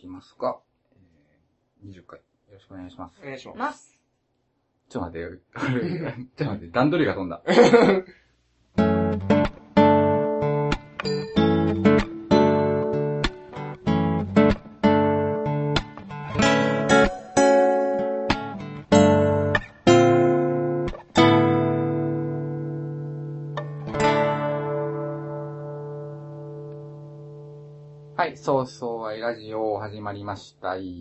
きますが、20回よろしくお願いします。 お願いします。 ちょっと待って、ちょっと待って、段取りが飛んだ。はい、そうそう、ラジオ始まりました。 何そ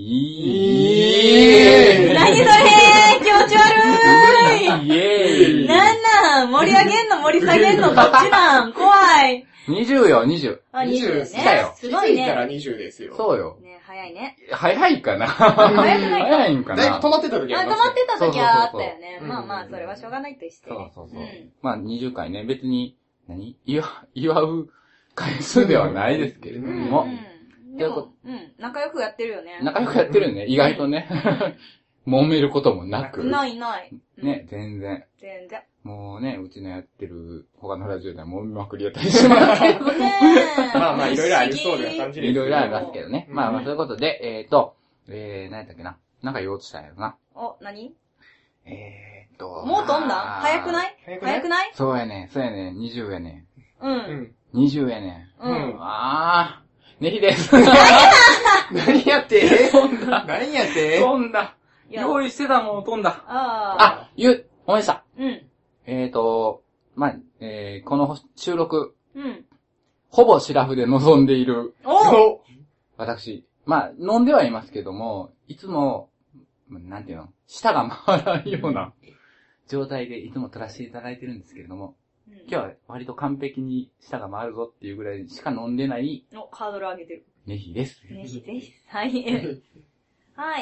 れ気持ち悪いイエーイなん盛り上げんの盛り下げんのどっちなん怖い。 20よ、20。 あ、20ね。 来たよ。 すごいね。 気づいたら20ですよ。 そうよ。 ね、早いね。 早いかな早くないか。 早いんかなだいぶ止まってた時ああ、止りますまってた時はあったよね。 そうまあまあ、それはしょうがないとして。 そう。まあ20回ね、別に、祝う回数ではないですけれども。 でも、仲良くやってるよね。 仲良くやってるよね、意外とね。揉めることもなく。 ない。 ね、全然。もうね、うちのやってる他のラジオでは揉めまくりやったりしますけどね。 まあまあ、いろいろありそうな感じです。 いろいろありますけどね。まあまあ、そういうことで、何やったっけな。なんか言おうとしたんやろな。 お、何もう飛んだ早くないそうやね、20やね。20やね。ねひです。 何やって飛んだ。用意してたもん飛んだ。思い出した。まあ、この収録、ほぼシラフで臨んでいる、私。まあ、飲んではいますけども、いつも、なんていうの、舌が回らんような状態でいつも撮らせていただいてるんですけれども、今日は割と完璧に舌が回るぞっていうぐらいしか飲んでない、 ハードル上げてる。 ねひです。 ねひです。はい。はい、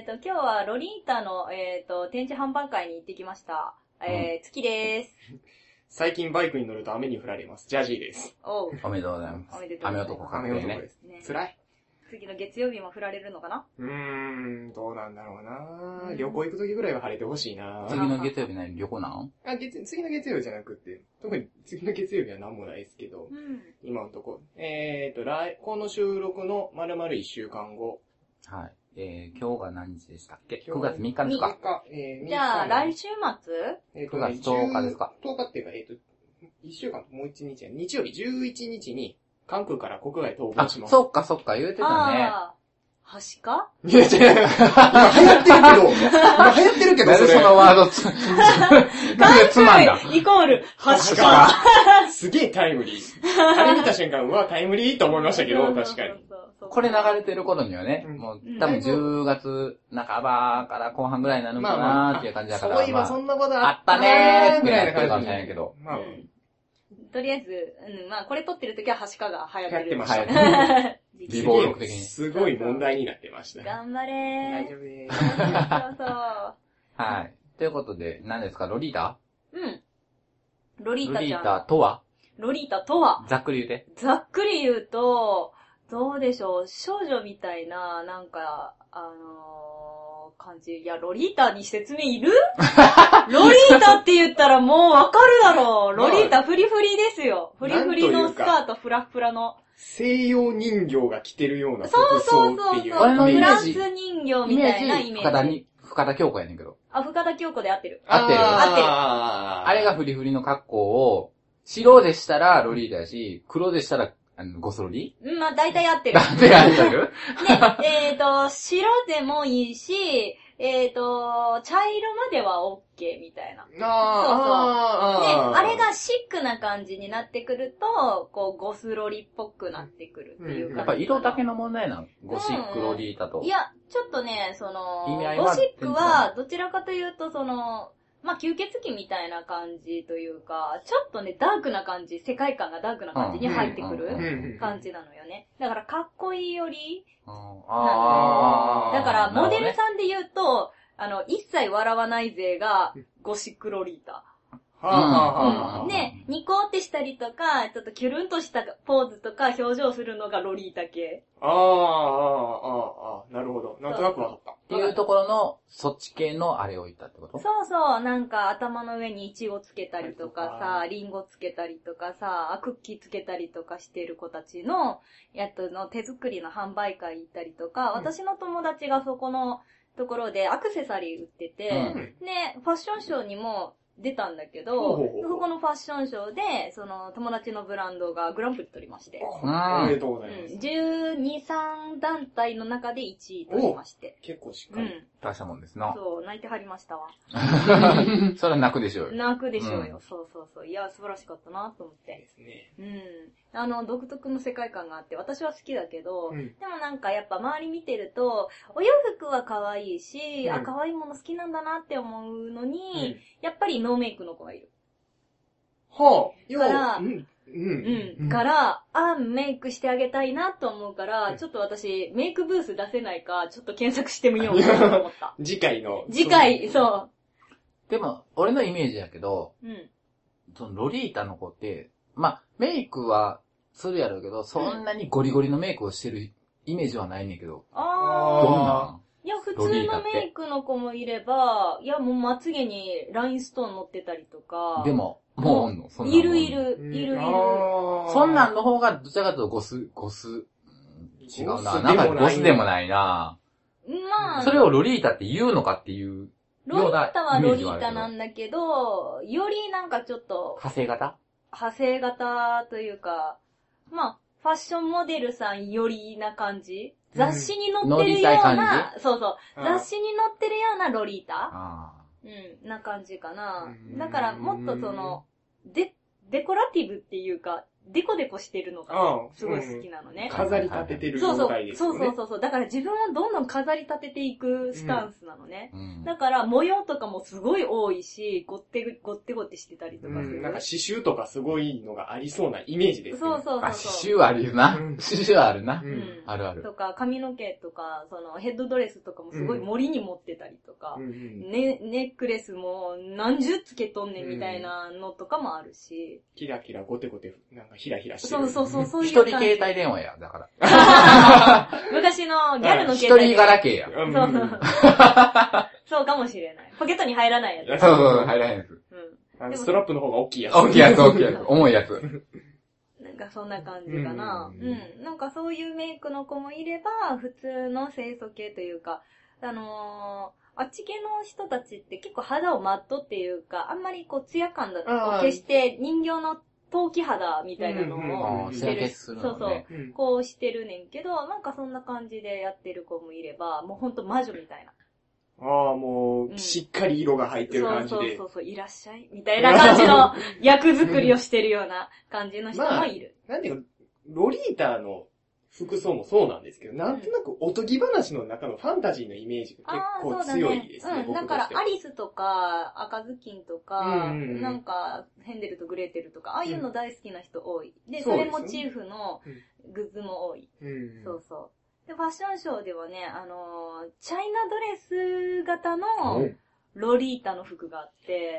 今日はロリータの、展示販売会に行ってきました。月です。 最近バイクに乗ると雨に降られます。ジャジーです。 おめでとうございます。雨男確定ね。 辛い。 次の月曜日も降られるのかな？ どうなんだろうな。旅行行く時ぐらいは晴れてほしいな。 次の月曜日何旅行なの？ 次の月曜日じゃなくて、特に次の月曜日は何もないですけど、今のとこ。この収録の丸々1週間後。 はい。今日が何日でしたっけ？ 9 月3日ですか？ じゃあ、来週末 ？9月10日ですか ？10日っていうか、1週間ともう1日や、日曜日11日に、関空から国外逃亡します。 そっか、言うてたね。 はしか？いや、違う。今流行ってるけど、 なんでそのワードつまんだ。 イコール、はしか。 すげえタイムリー。あれ見た瞬間、うわ、タイムリーと思いましたけど、確かに。 これ流れてる頃にはね、もう多分10月半ばから後半ぐらいになるのかなーっていう感じだから。 そういえばそんなことあったねーってなってるかもしれないけど。 とりあえず、まあこれ撮ってる時ははしかが流行ってる。 ました。 微暴録的に。 すごい問題になってました。 頑張れー。 大丈夫でーす。 そう。 はい。ということで、何ですか、ロリータ？ ロリータちゃん。 ロリータとはロリータとはざっくり言うて。 ざっくり言うと、どうでしょう、少女みたいな、なんか、感じ。いや、ロリータに説明いるロリータって言ったらもうわかるだろう。ロリータフリフリですよ。フリフリのスカート、フラフラの。 西洋人形が着てるような服装っていう。 俺のイメージ。 フランス人形みたいなイメージ。 深田京子やねんけど。 深田京子で合ってる。 合ってる。 あれがフリフリの格好を、白でしたらロリータやし、黒でしたらゴスロリ？ まあ、大体合ってる。 合ってるね、白でもいいし、茶色までは OK みたいな。そう。あれがシックな感じになってくると、こう、ゴスロリっぽくなってくるっていうか。 やっぱ色だけの問題なの？ゴシックロリータと。 いや、ちょっとね、ゴシックは、どちらかというと、まあ、吸血鬼みたいな感じというか、ちょっとね、ダークな感じ、世界観がダークな感じに入ってくる感じなのよね。だから、かっこいいより、だから、モデルさんで言うと、一切笑わない勢が、ゴシックロリータ。で、ニコってしたりとか、ちょっとキュルンとしたポーズとか表情するのがロリータ系。 なるほど。なんとなくわかった。 っていうところの、そっち系のあれを言ったってこと？ そうそう、なんか頭の上にイチゴつけたりとかさ、リンゴつけたりとかさ、クッキーつけたりとかしてる子たちの、の手作りの販売会行ったりとか、私の友達がそこのところでアクセサリー売ってて、で、ファッションショーにも出たんだけど、そこのファッションショーで、その友達のブランドがグランプリ取りまして。 おめでとうございます。 12、3団体の中で1位取りまして。 結構しっかり。 大したもんですな。 そう、泣いてはりましたわ。 それは泣くでしょうよ。 泣くでしょうよ。そう。いや、素晴らしかったなと思って。 ですね。 独特の世界観があって、私は好きだけど、でもなんかやっぱ周り見てると、お洋服は可愛いし、可愛いもの好きなんだなって思うのに、やっぱりノーメイクの子がいる。 はあ。から、から、メイクしてあげたいなと思うから、ちょっと私、メイクブース出せないか、ちょっと検索してみようかなと思った。 次回、 そう。 でも、俺のイメージやけど、そのロリータの子って、メイクはするやろうけど、そんなにゴリゴリのメイクをしてるイメージはないねんけど。どんなん？ いや、普通のメイクの子もいれば、いや、もうまつげにラインストーン乗ってたりとか。 でも、もうおんの？そんなんいる。 そんなんの方が、どちらかというとゴス、違うな。なんかゴスでもないな。それをロリータって言うのかっていう。 ロリータはロリータなんだけど、よりなんかちょっと。 派生型というか、ファッションモデルさんよりな感じ。雑誌に載ってるような、そう。雑誌に載ってるようなロリータな感じかな。だからもっとその、デコラティブっていうか、デコデコしてるのがすごい好きなのね。 飾り立ててる状態ですよね。 そう。だから自分をどんどん飾り立てていくスタンスなのね。だから模様とかもすごい多いし、ごってしてたりとかする。 なんか刺繍とかすごいのがありそうなイメージですね。 そう。 刺繍はあるよな。刺繍はあるな。ある。 とか髪の毛とか、そのヘッドドレスとかもすごい森に持ってたりとか、ネックレスも何十つけとんねんみたいなのとかもあるし。 キラキラゴテゴテなんかヒラヒラしてる。 そう一人携帯電話や、だから。昔のギャルの携帯電話。 一人ガラケーや。 そうかもしれない。ポケットに入らないやつ。 そう、入らないやつ。 ストラップの方が大きいやつ。 大きいやつ。重いやつ。 なんかそんな感じかな。なんかそういうメイクの子もいれば、普通の清楚系というか、あっち系の人たちって結構肌をマットっていうか、あんまりこうツヤ感だと消して人形の陶器肌みたいなのをしてる。そう。こうしてるねんけど、なんかそんな感じでやってる子もいれば、もうほんと魔女みたいな。 もう、しっかり色が入ってる感じで。 そう、いらっしゃいみたいな感じの役作りをしてるような感じの人もいる。 なんていうか、ロリータの服装もそうなんですけど、なんとなくおとぎ話の中のファンタジーのイメージが結構強いですね。 だからアリスとか赤ずきんとか、なんかヘンデルとグレーテルとか、ああいうの大好きな人多い。で、それモチーフのグッズも多い。そう。で、ファッションショーではね、チャイナドレス型のロリータの服があって、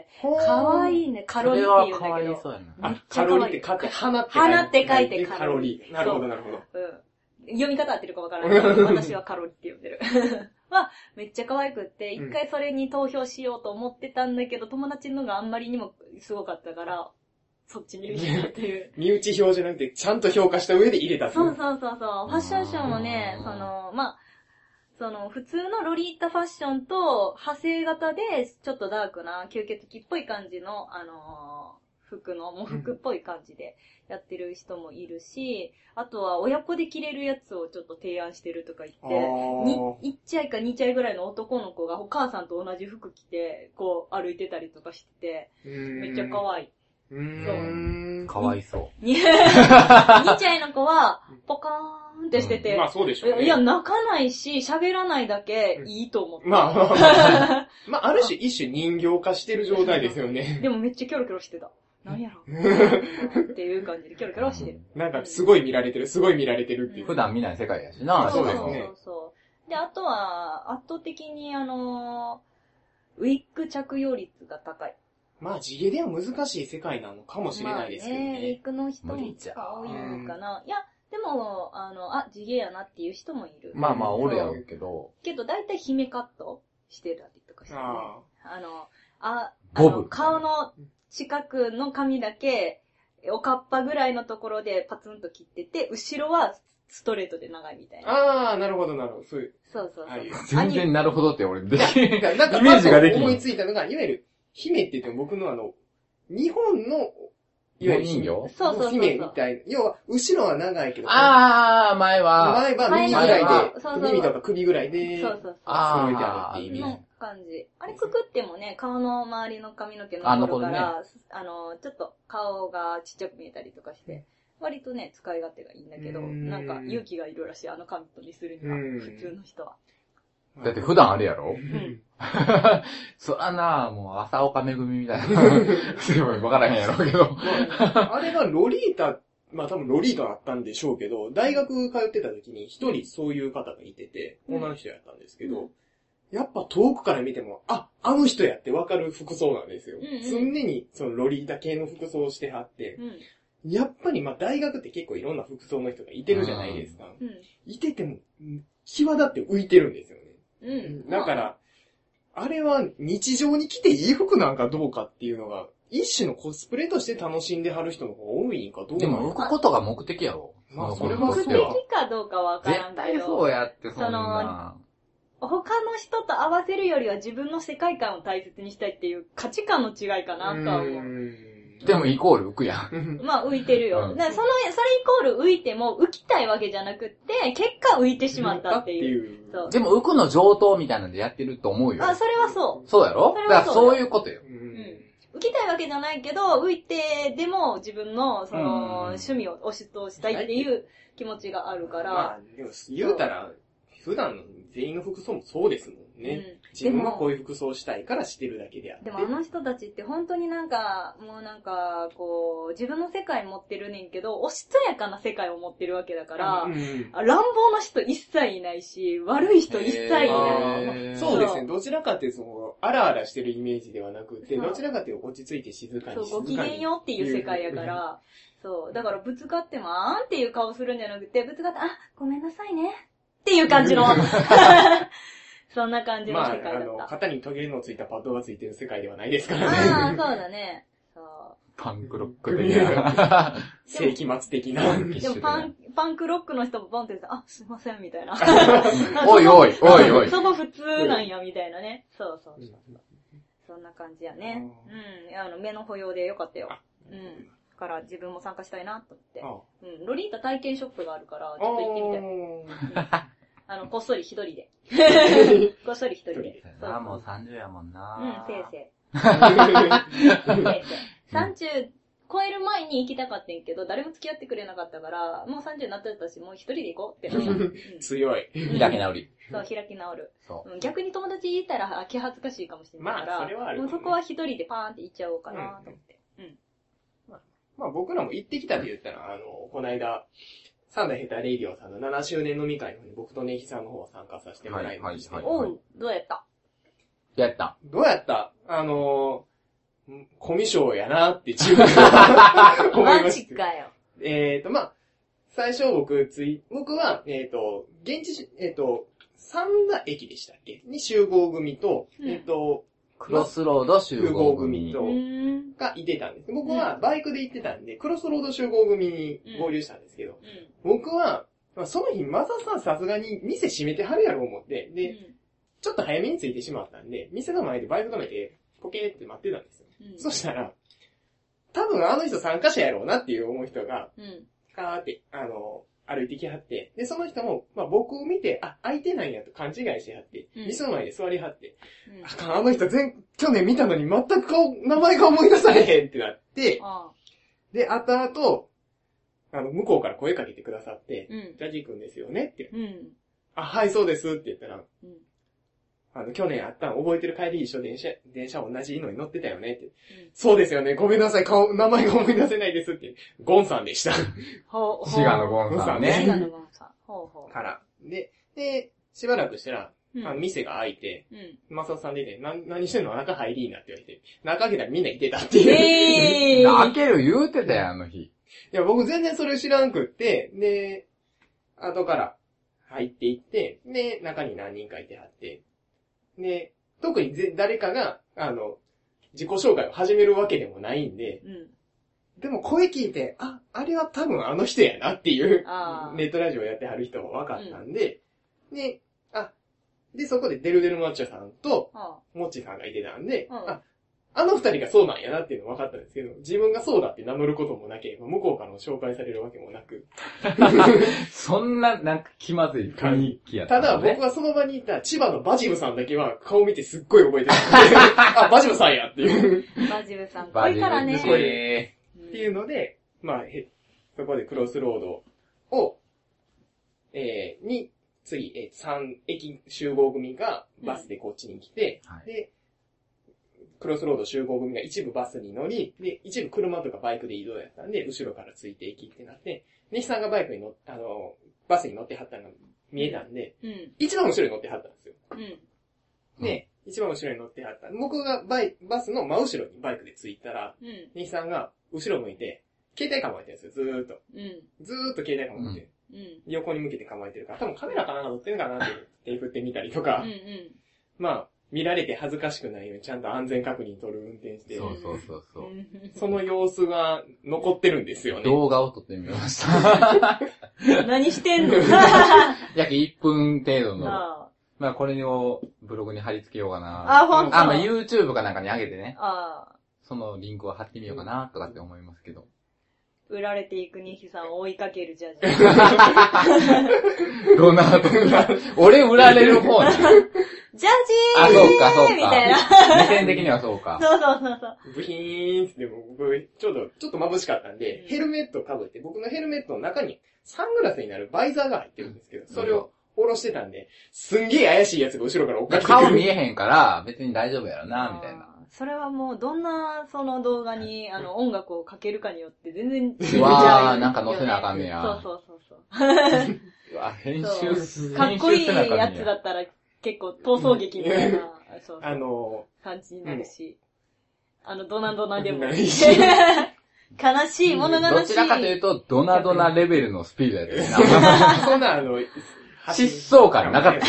かわいいね、カロリーって言うんだけど。 カロリーって書いて、花って書いてカロリー。なるほど。 読み方合ってるかわからないけど、私はカロリーって呼んでる。めっちゃ可愛くって、一回それに投票しようと思ってたんだけど、友達のがあんまりにもすごかったから、そっちに入れたっていう。 身内表じゃなくて、ちゃんと評価した上で入れたっていう。 そう。ファッションショーもね、普通のロリータファッションと派生型で、ちょっとダークな吸血鬼っぽい感じの、喪服っぽい感じでやってる人もいるし、あとは親子で着れるやつをちょっと提案してるとか言って、1歳か2歳ぐらいの男の子がお母さんと同じ服着て、こう歩いてたりとかしてて、めっちゃ可愛い。 かわいそう。 2歳の子は、ポカーンってしてて。 そうでしょうね。 いや、泣かないし、喋らないだけいいと思って。 ある種一種人形化してる状態ですよね。 でもめっちゃキョロキョロしてた。何やろっていう感じでキョロキョロしてる。 なんかすごい見られてるっていう。 普段見ない世界やしな。 そうですね。 で、あとは、圧倒的にウィッグ着用率が高い。 地毛では難しい世界なのかもしれないですけどね。 ウィッグの人も多いのかな。いや、 でも、地毛やなっていう人もいる。 まあまあ、おるやろうけど。 けど、だいたい姫カットしてたりとかしてね。 ボブ。 顔の近くの髪だけ、おかっぱぐらいのところでパツンと切ってて、後ろはストレートで長いみたいな。 なるほど、なるほど。 そうそうそう。 全然なるほどって俺できる。なんか、イメージができる。思いついたのが、いわゆる、姫って言っても僕の日本の、いわゆる人形そう。 姫みたいな。要は、後ろは長いけど。 前は耳ぐらいで、耳とか首ぐらいで、 そう。揃えてあるっていうイメージ。 感じ。あれくくってもね、顔の周りの髪の毛残るから、ちょっと顔がちっちゃく見えたりとかして、割とね、使い勝手がいいんだけど、なんか勇気がいるらしい、カットにするには、普通の人は。 だって普段あれやろそらなもう朝岡めぐみみたいな。すごいわからへんやろうけど。 あれがロリータ、まあ多分ロリータだったんでしょうけど、大学通ってた時に一人そういう方がいてて、女の人やったんですけど、やっぱ遠くから見ても、あの人やってわかる服装なんですよ。常にそのロリータ系の服装をしてはって、やっぱりまあ大学って結構いろんな服装の人がいてるじゃないですか。いてても、際立って浮いてるんですよね。だから、あれは日常に着ていい服なんかどうかっていうのが、一種のコスプレとして楽しんではる人の方が多いんかどうか。 でも浮くことが目的やろ。 まあそれは目的かどうかわからんけど。 絶対そうやって、そんな。 他の人と合わせるよりは自分の世界観を大切にしたいっていう価値観の違いかなとは思う。 でもイコール浮くやん。まあ浮いてるよ。それイコール浮いても浮きたいわけじゃなくって、結果浮いてしまったっていう。 でも浮くの上等みたいなんでやってると思うよ。 それはそう。 そうやろ？だからそういうことよ。 浮きたいわけじゃないけど、浮いてでも自分の趣味を押し通したいっていう気持ちがあるから。まあ、でも言うたら、普段の全員の服装もそうですもんね。自分はこういう服装をしたいからしてるだけであって。 でもあの人たちって本当にもう自分の世界持ってるねんけど、おしとやかな世界を持ってるわけだから、乱暴な人一切いないし、悪い人一切いない。 そうですね。どちらかっていうと、あらあらしてるイメージではなくて、どちらかっていうと落ち着いて静かに。 そう、ご機嫌よっていう世界やから、そう。だからぶつかっても、あーんっていう顔するんじゃなくて、ぶつかって、ごめんなさいね。っていう感じの。そんな感じの世界だった。 まあ、肩にトゲのついたパッドがついてる世界ではないですからね。そうだね。そう。 パンクロック的な。 世紀末的な。 でもパンクロックの人もポンってすいません、みたいな。 おいおい。 そこ普通なんや、みたいなね。そう。そんな感じやね。目の保養でよかったよ。だから自分も参加したいなと思って。ロリータ体験ショップがあるから、ちょっと行ってみたい。こっそり一人で。こっそり一人で。 もう30やもんな。 せいせい。30超える前に行きたかったんけど、誰も付き合ってくれなかったから、もう30になってたし、もう一人で行こうって。 強い。 開き直り。 そう、開き直る。逆に友達いたら気恥ずかしいかもしれないから、 まあ、それはある。 もうそこは一人でパーンって行っちゃおうかなと思って。 まあ僕らも行ってきたって言ったら、この間、サンダーヘタレイディオさんの7周年飲み会の方に僕とネヒさんの方を参加させてもらいました。 おう、どうやったどうやったコミュ障やなって自分が思いました。 マジかよ。 まあ、最初僕は、現地、三田駅でしたっけに集合組と、 クロスロード集合組がいてたんです。僕はバイクで行ってたんで、クロスロード集合組に合流したんですけど、僕は、その日、マサさんさすがに店閉めてはるやろ思って、で、ちょっと早めに着いてしまったんで、店の前でバイク止めて、ポケーって待ってたんですよ。そしたら、多分あの人参加者やろうなっていう思う人が、カーって、歩いてきはって、で、その人も、まあ、僕を見て、空いてないんやと勘違いしてはって、店の前で座りはって、あの人去年見たのに全く名前が思い出されへんってなって、で、後々、向こうから声かけてくださって、ジャジー君ですよねって、はい、そうですって言ったら、去年あったの覚えてる帰り一緒電車同じのに乗ってたよねって。そうですよね。ごめんなさい。名前が思い出せないですって。ゴンさんでした。 滋賀のゴンさんね。 滋賀のゴンさん。 から。で、しばらくしたら、 店が開いて、マサオさんでね、何してんの中入りーなって言われて、中開けたらみんないてたっていう。 開ける言うてたよ、あの日。 いや、僕全然それ知らんくって、で、後から入っていって、で、中に何人かいてはって、で、特に誰かが、自己紹介を始めるわけでもないんで、でも声聞いて、あれは多分あの人やなっていう、ネットラジオやってはる人が分かったんで、で、そこでデルデルマッチョさんと、モッチさんがいてたんで、あの二人がそうなんやなっていうの分かったんですけど、自分がそうだって名乗ることもなければ、向こうからも紹介されるわけもなく。 そんな、なんか気まずい雰囲気やった、 ね。ただ僕はその場にいた千葉のバジルさんだけは顔見てすっごい覚えてるんで、バジルさんやっていう。 バジルさん、濃いからね。 っていうので、そこでクロスロードを、次、3駅集合組がバスでこっちに来て、で、クロスロード集合組が一部バスに乗り、で、一部車とかバイクで移動やったんで、後ろからついていきってなって、ネヒさんがバスに乗ってはったのが見えたんで、一番後ろに乗ってはったんですよ。で、一番後ろに乗ってはった。僕がバスの真後ろにバイクで着いたら、ネヒさんが後ろ向いて、携帯構えてるんですよ、ずーっと。ずーっと携帯構えてる。横に向けて構えてるから、多分カメラかなんか撮ってるかなって手振ってみたりとか、見られて恥ずかしくないようにちゃんと安全確認取る運転して。 そう。 その様子が残ってるんですよね。 動画を撮ってみました。 何してんの約1分程度の。これをブログに貼り付けようかな。 ほんと。 YouTube かなんかに上げてね。そのリンクを貼ってみようかな、とかって思いますけど。 売られていくニヒさんを追いかけるジャージ。どんな、俺売られる方に。 ジャージーそうか。 みたいな。 目線的にはそうか。 そう。 ブヒーンって僕、ちょっと眩しかったんで、ヘルメットを被って、僕のヘルメットの中にサングラスになるバイザーが入ってるんですけど、それを下ろしてたんで、すんげえ怪しいやつが後ろから追っかけてくる。 顔見えへんから、別に大丈夫やろな、みたいな。 それはもう、どんな、その動画に、音楽をかけるかによって全然違う。なんか載せなあかんねや。 そう。 編集かっこいいやつだったら、結構逃走劇みたいな、感じになるし、ドナでも。悲しい、物悲しい。 どちらかというと、ドナレベルのスピードやでな。 そんな疾走感なかった。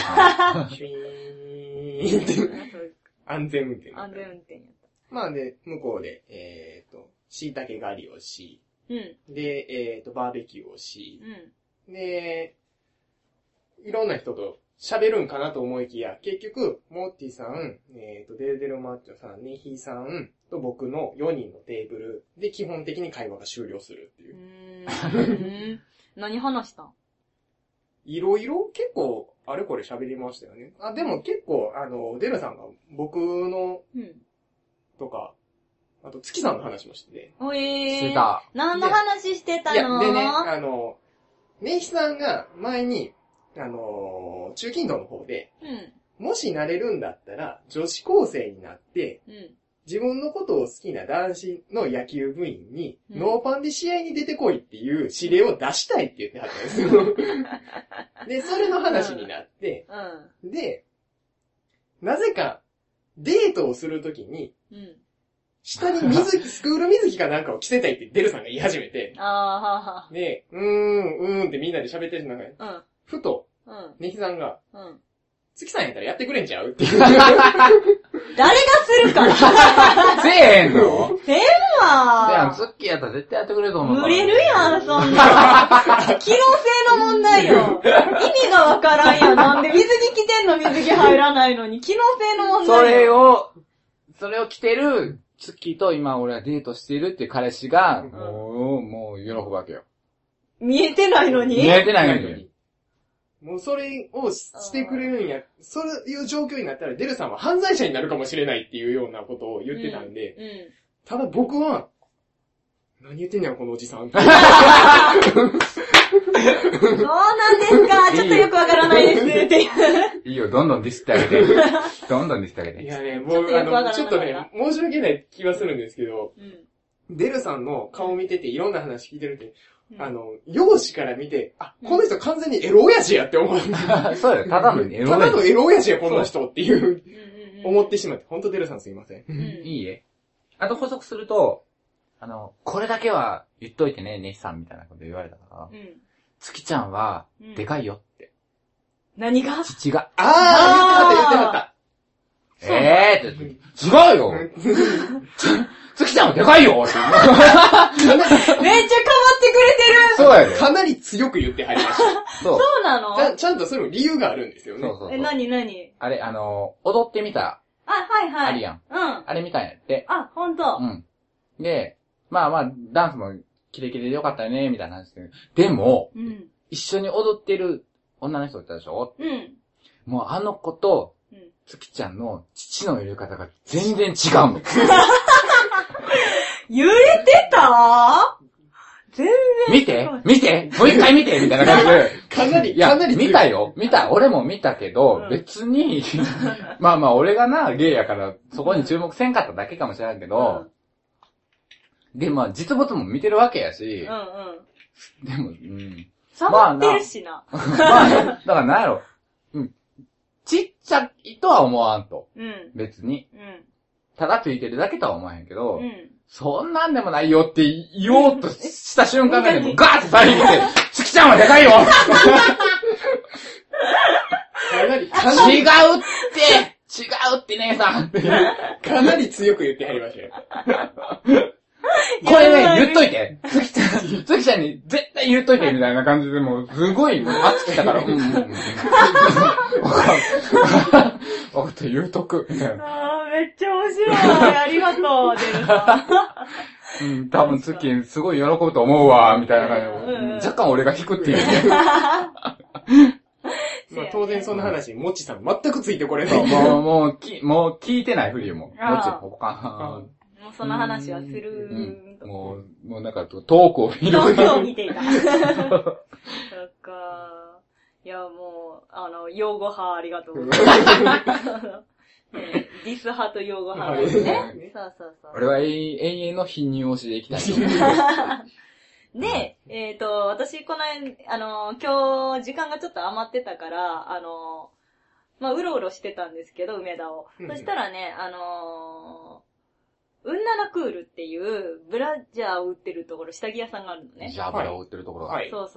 シュイーンって。安全運転やった。で、向こうで、椎茸狩りをし、で、バーベキューをし、で、いろんな人と喋るんかなと思いきや、結局、モッティさん、デルデルマッチョさん、ネヒさんと僕の4人のテーブルで基本的に会話が終了するっていう。 何話したん？ いろいろ結構、あれこれ喋りましたよね。でも結構、デルさんが僕の、とか、あと月さんの話もしてて。 してた。 何の話してたの？ でね、ネヒさんが前に、中近東の方で、もしなれるんだったら、女子高生になって、自分のことを好きな男子の野球部員に、ノーパンで試合に出てこいっていう指令を出したいって言ってはったんですよ。で、それの話になって、で、なぜか、デートをするときに、下にスクール水着かなんかを着せたいってデルさんが言い始めて、で、ってみんなで喋ってる中で、ふと、ネヒさんが、月さんやったらやってくれんちゃうっていう。 誰がするからせえへんの？ せえわツッキーやったら絶対やってくれると思う。 売れるやん、そんな。機能性の問題よ。意味がわからんやん。なんで水着着てんの？水着入らないのに。機能性の問題よ。 それを着てるツッキーと今俺はデートしてるっていう彼氏が、もう喜ぶわけよ。 見えてないのに？ 見えてないのに。 もうそれをしてくれるんや、そういう状況になったらデルさんは犯罪者になるかもしれないっていうようなことを言ってたんで、ただ僕は、何言ってんねやこのおじさん。そうなんですか、ちょっとよくわからないですっていう。 いいよ、どんどんディスってあげて。どんどんディスってあげて。 いやね、もうちょっとね、申し訳ない気はするんですけど、デルさんの顔見てていろんな話聞いてるって、 容姿から見て、あ、この人完全にエロ親父やって思う。 そうよ、ただのエロ親父。 ただのエロ親父や、この人っていう、思ってしまって。ほんとデルさんすいません。 いいえ。あと補足すると、これだけは言っといてね、ネヒさんみたいなこと言われたから、月ちゃんは、でかいよって。 何が？ 父が。 言ってはった。 って違うよ月ちゃんはでかいよって。 めっちゃかまってくれてるそうやで。 かなり強く言ってはりました。 そうなの？ ちゃんとそれも理由があるんですよね。 そう。 何あれ、踊ってみた。 はい。 あるやん。あれみたいなって。 ほんと。 で、まあ、ダンスもキレキレでよかったよね、みたいな話ですけど。でも、一緒に踊ってる女の人だったでしょ？もうあの子と、月ちゃんの父の入れ方が全然違うの。 揺れてた？全然。 見てもう一回見てみたいな感じで。 かなり見たよ。俺も見たけど、別に、まあ俺がゲイやから、そこに注目せんかっただけかもしれないけど、で、実物も見てるわけやし、でも、 触ってるしな。 だからなんやろ。ちっちゃいとは思わんと。別に。ただついてるだけとは思わへんけど、そんなんでもないよって言おうとした瞬間がね、ガーッて最後で、月ちゃんはでかいよ違うって姉さんかなり強く言ってはりましたよ。 これね、言っといて。月ちゃんに絶対言っといてみたいな感じで、もう、すごい、熱きたから、分かった、言うとく。みたいな。 めっちゃ面白い。ありがとう、デルさん。多分月すごい喜ぶと思うわ、みたいな感じで。若干俺が引くっていうね。 当然その話、もちさん全くついてこれない。 もう聞いてないふりよ、もう。もち、ここか。 もうその話はする。 もうなんか、遠くを見る。 遠くを見ていた。そっか。いや、もう、擁護派ありがとうございます。ディス派と擁護派ですね。そう。 俺は永遠の貧乳推しでいきたい。 で、私、今日、時間がちょっと余ってたから、うろうろしてたんですけど、梅田を。そしたらね、ウンナナクールっていうブラジャーを売ってるところ、下着屋さんがあるのね。 ジャブラを売ってるところが。 そう。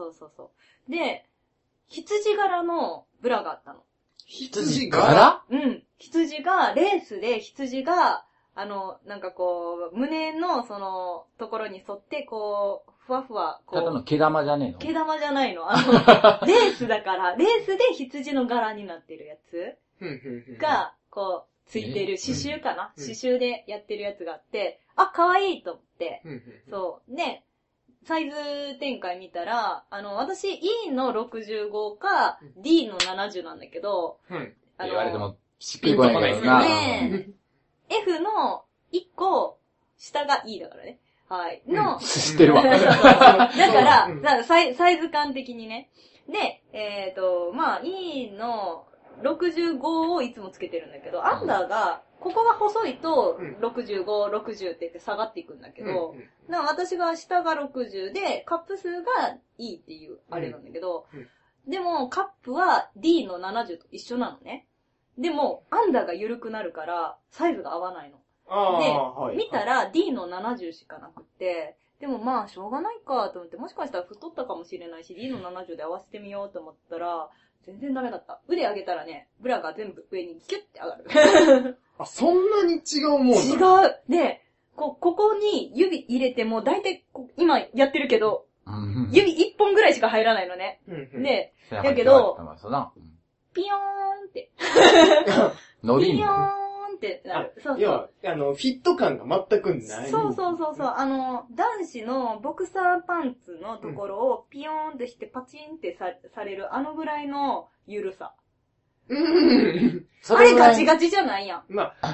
で、羊柄のブラがあったの。 羊柄？ 羊が、レースで羊が、なんかこう、胸のその、ところに沿って、こう、ふわふわ、こう。 ただの毛玉じゃねえの？ 毛玉じゃないの。レースだから、レースで羊の柄になってるやつが、こう、ついてる刺繍かな、刺繍でやってるやつがあって、可愛いと思って。そう。で、サイズ展開見たら、私 E の65か D の70なんだけど、 言われても、しっくりこないですな。 F の1個、下が E だからね。はい。 知ってるわ。だからサイズ感的にね。で、E の65をいつもつけてるんだけど、アンダーが、ここが細いと、65、60って言って下がっていくんだけど、だから私が下が60で、カップ数がいいっていう、あれなんだけど、でも、カップは D の70と一緒なのね。でも、アンダーが緩くなるから、サイズが合わないの。で、見たら D の70しかなくって、でもしょうがないかと思って、もしかしたら太ったかもしれないし、D の70で合わせてみようと思ったら、全然ダメだった。腕上げたらね、ブラが全部上にキュッて上がる。 そんなに違うもん違う。で、ここに指入れても、だいたい今やってるけど、指1本ぐらいしか入らないのね。で、だけど、ピヨーンって。 伸びんの？ ピヨーンってなる。そう。 要は、フィット感が全くない。 そう。男子のボクサーパンツのところをピヨーンってしてパチンってされる、ぐらいのゆるさ。あれガチガチじゃないやん。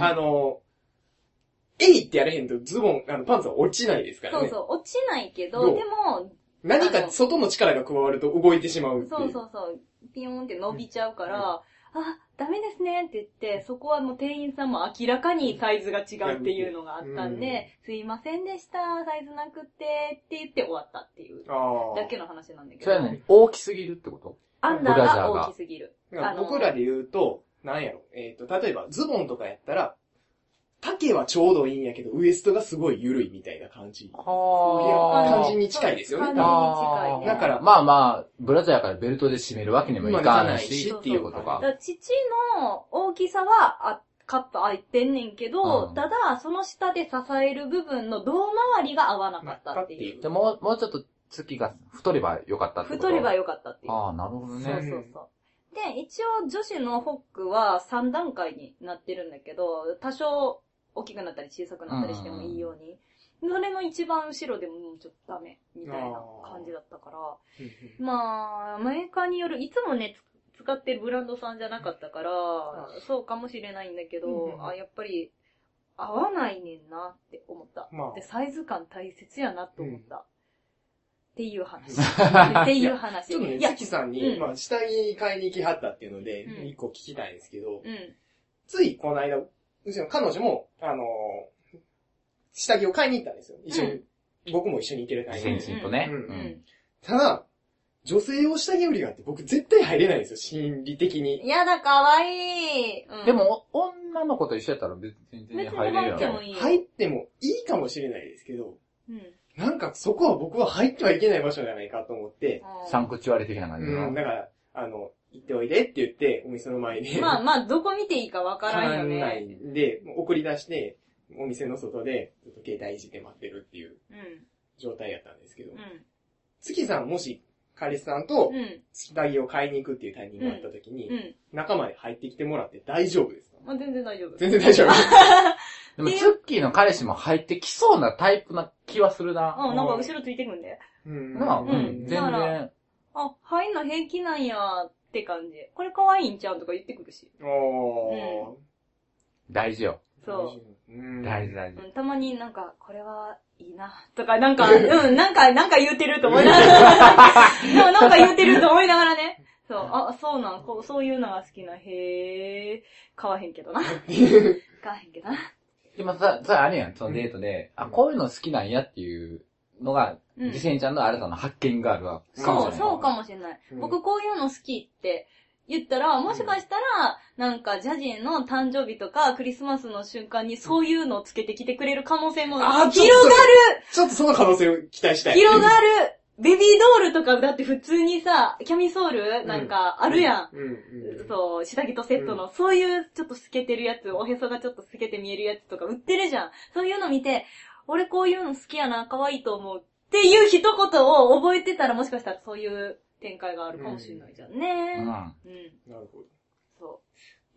えいってやれへんとズボン、パンツは落ちないですからね。 そう、落ちないけど、でも、 何か外の力が加わると動いてしまう。 そう。ピヨーンって伸びちゃうから、 ダメですねって言って、そこはもう店員さんも明らかにサイズが違うっていうのがあったんで、すいませんでした、サイズなくってって言って終わったっていうだけの話なんだけど。 それはね、大きすぎるってこと？ アンダーが大きすぎる。 僕らで言うと、なんやろ、例えばズボンとかやったら、丈はちょうどいいんやけど、ウエストがすごい緩いみたいな感じ。感じに近いですよね。 感じに近いね。 だから、まあ、ブラジャーやからベルトで締めるわけにもいかないし、っていうことか。 父の大きさは、カット開いてんねんけど、ただ、その下で支える部分の胴回りが合わなかったっていう。 でもうちょっと月が太ればよかったってこと？ 太ればよかったっていう。 なるほどね。 そう。で、一応女子のホックは3段階になってるんだけど、多少大きくなったり小さくなったりしてもいいように。それの一番後ろでもちょっとダメみたいな感じだったから。まあ、メーカーによる、いつもね、使ってるブランドさんじゃなかったから、そうかもしれないんだけど、やっぱり合わないねんなって思った。で、サイズ感大切やなと思った。っていう話。っていう話。 ちょっとね、月さんに、下着買いに行きはったっていうので、一個聞きたいんですけど、ついこの間、うちの彼女も、下着を買いに行ったんですよ。一緒に。僕も一緒に行けるタイミングで。 先とね。 ただ、女性用下着売りがあって僕絶対入れないんですよ、心理的に。 やだ、かわいい。 でも、女の子と一緒やったら別に全然入れるよね。 入ってもいいかもしれないですけど、なんかそこは僕は入ってはいけない場所じゃないかと思って。 サンクチュアリ的な感じの。 だから、行っておいでって言って、お店の前で。 まあ、どこ見ていいかわからんよね。わからないんで、送り出して、お店の外で、ちょっと携帯いじって待ってるっていう状態やったんですけど、月さんもし、彼氏さんと、下着を買いに行くっていうタイミングがあった時に、中まで入ってきてもらって大丈夫ですか？ 全然大丈夫。 全然大丈夫。 でも、ツッキーの彼氏も入ってきそうなタイプな気はするな。 なんか後ろついてくんで。 全然。 入んの平気なんやって感じ。これ可愛いんちゃうとか言ってくるし。 大事よ。 そう。 大事。 たまになんか、これはいいな、とか、なんか、なんか言うてると思いながら。でもなんか言うてると思いながらね。そう、そうなん、そういうのが好きな、へー、買わへんけどな。買わへんけどな。 でもさ、あれやん、そのデートで、こういうの好きなんやっていうのが、ジセンちゃんの新たな発見があるわ。 そうかもしれない。僕こういうの好きって言ったら、もしかしたら、なんかジャジーの誕生日とかクリスマスの瞬間にそういうのをつけてきてくれる可能性も広がる。 ちょっとその可能性を期待したい。 広がる。ベビードールとかだって普通にさ、キャミソールなんかあるやん。そう、下着とセットの、そういうちょっと透けてるやつ、おへそがちょっと透けて見えるやつとか売ってるじゃん。そういうの見て、俺こういうの好きやな、可愛いと思うっていう一言を覚えてたらもしかしたらそういう展開があるかもしれないじゃんね。 なるほど。 そう。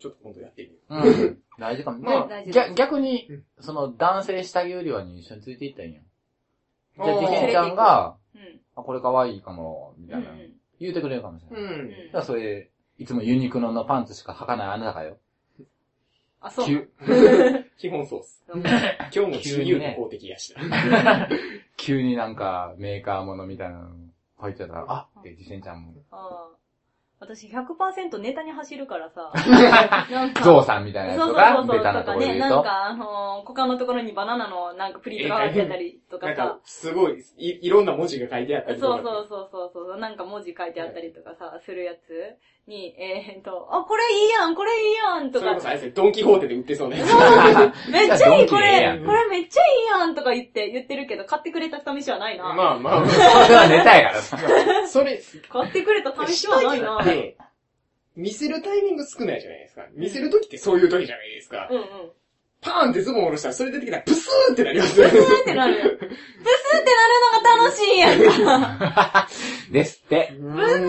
ちょっと今度やってみよう。大事かも。逆に、その男性下着売り場に一緒についていったらいいんや。じゃあ、ジセンちゃんが、これ可愛いかも、みたいな。言うてくれるかもしれない。だからそれ、いつもユニクロのパンツしか履かないあなたがよ。 そう。 基本そうっす。今日も自由の公的やした。 急になんかメーカーものみたいなの入ってたら、ってジセンちゃんも。 私 100% ネタに走るからさ。 ゾウさんみたいなやつがベタなところで言うと。 なんか他のところにバナナのなんかプリントが入ってたりとかさ。なんかすごい、いろんな文字が書いてあったりとか。 そう。なんか文字書いてあったりとかさ、するやつに、これいいやんとか。 それこそあれですね、ドンキホーテで売ってそうね。 めっちゃいいこれめっちゃいいやんとか言ってるけど、買ってくれた試しはないな。 まあ。それはネタやからさ。 それ、 買ってくれた試しはないな。 見せるタイミング少ないじゃないですか。見せるときってそういうときじゃないですか。パーンってズボン下ろしたらそれ出てきたらプスーってなりますよ。 プスーってなるのが楽しいやんか。 ですって。 プスーってなって、わははは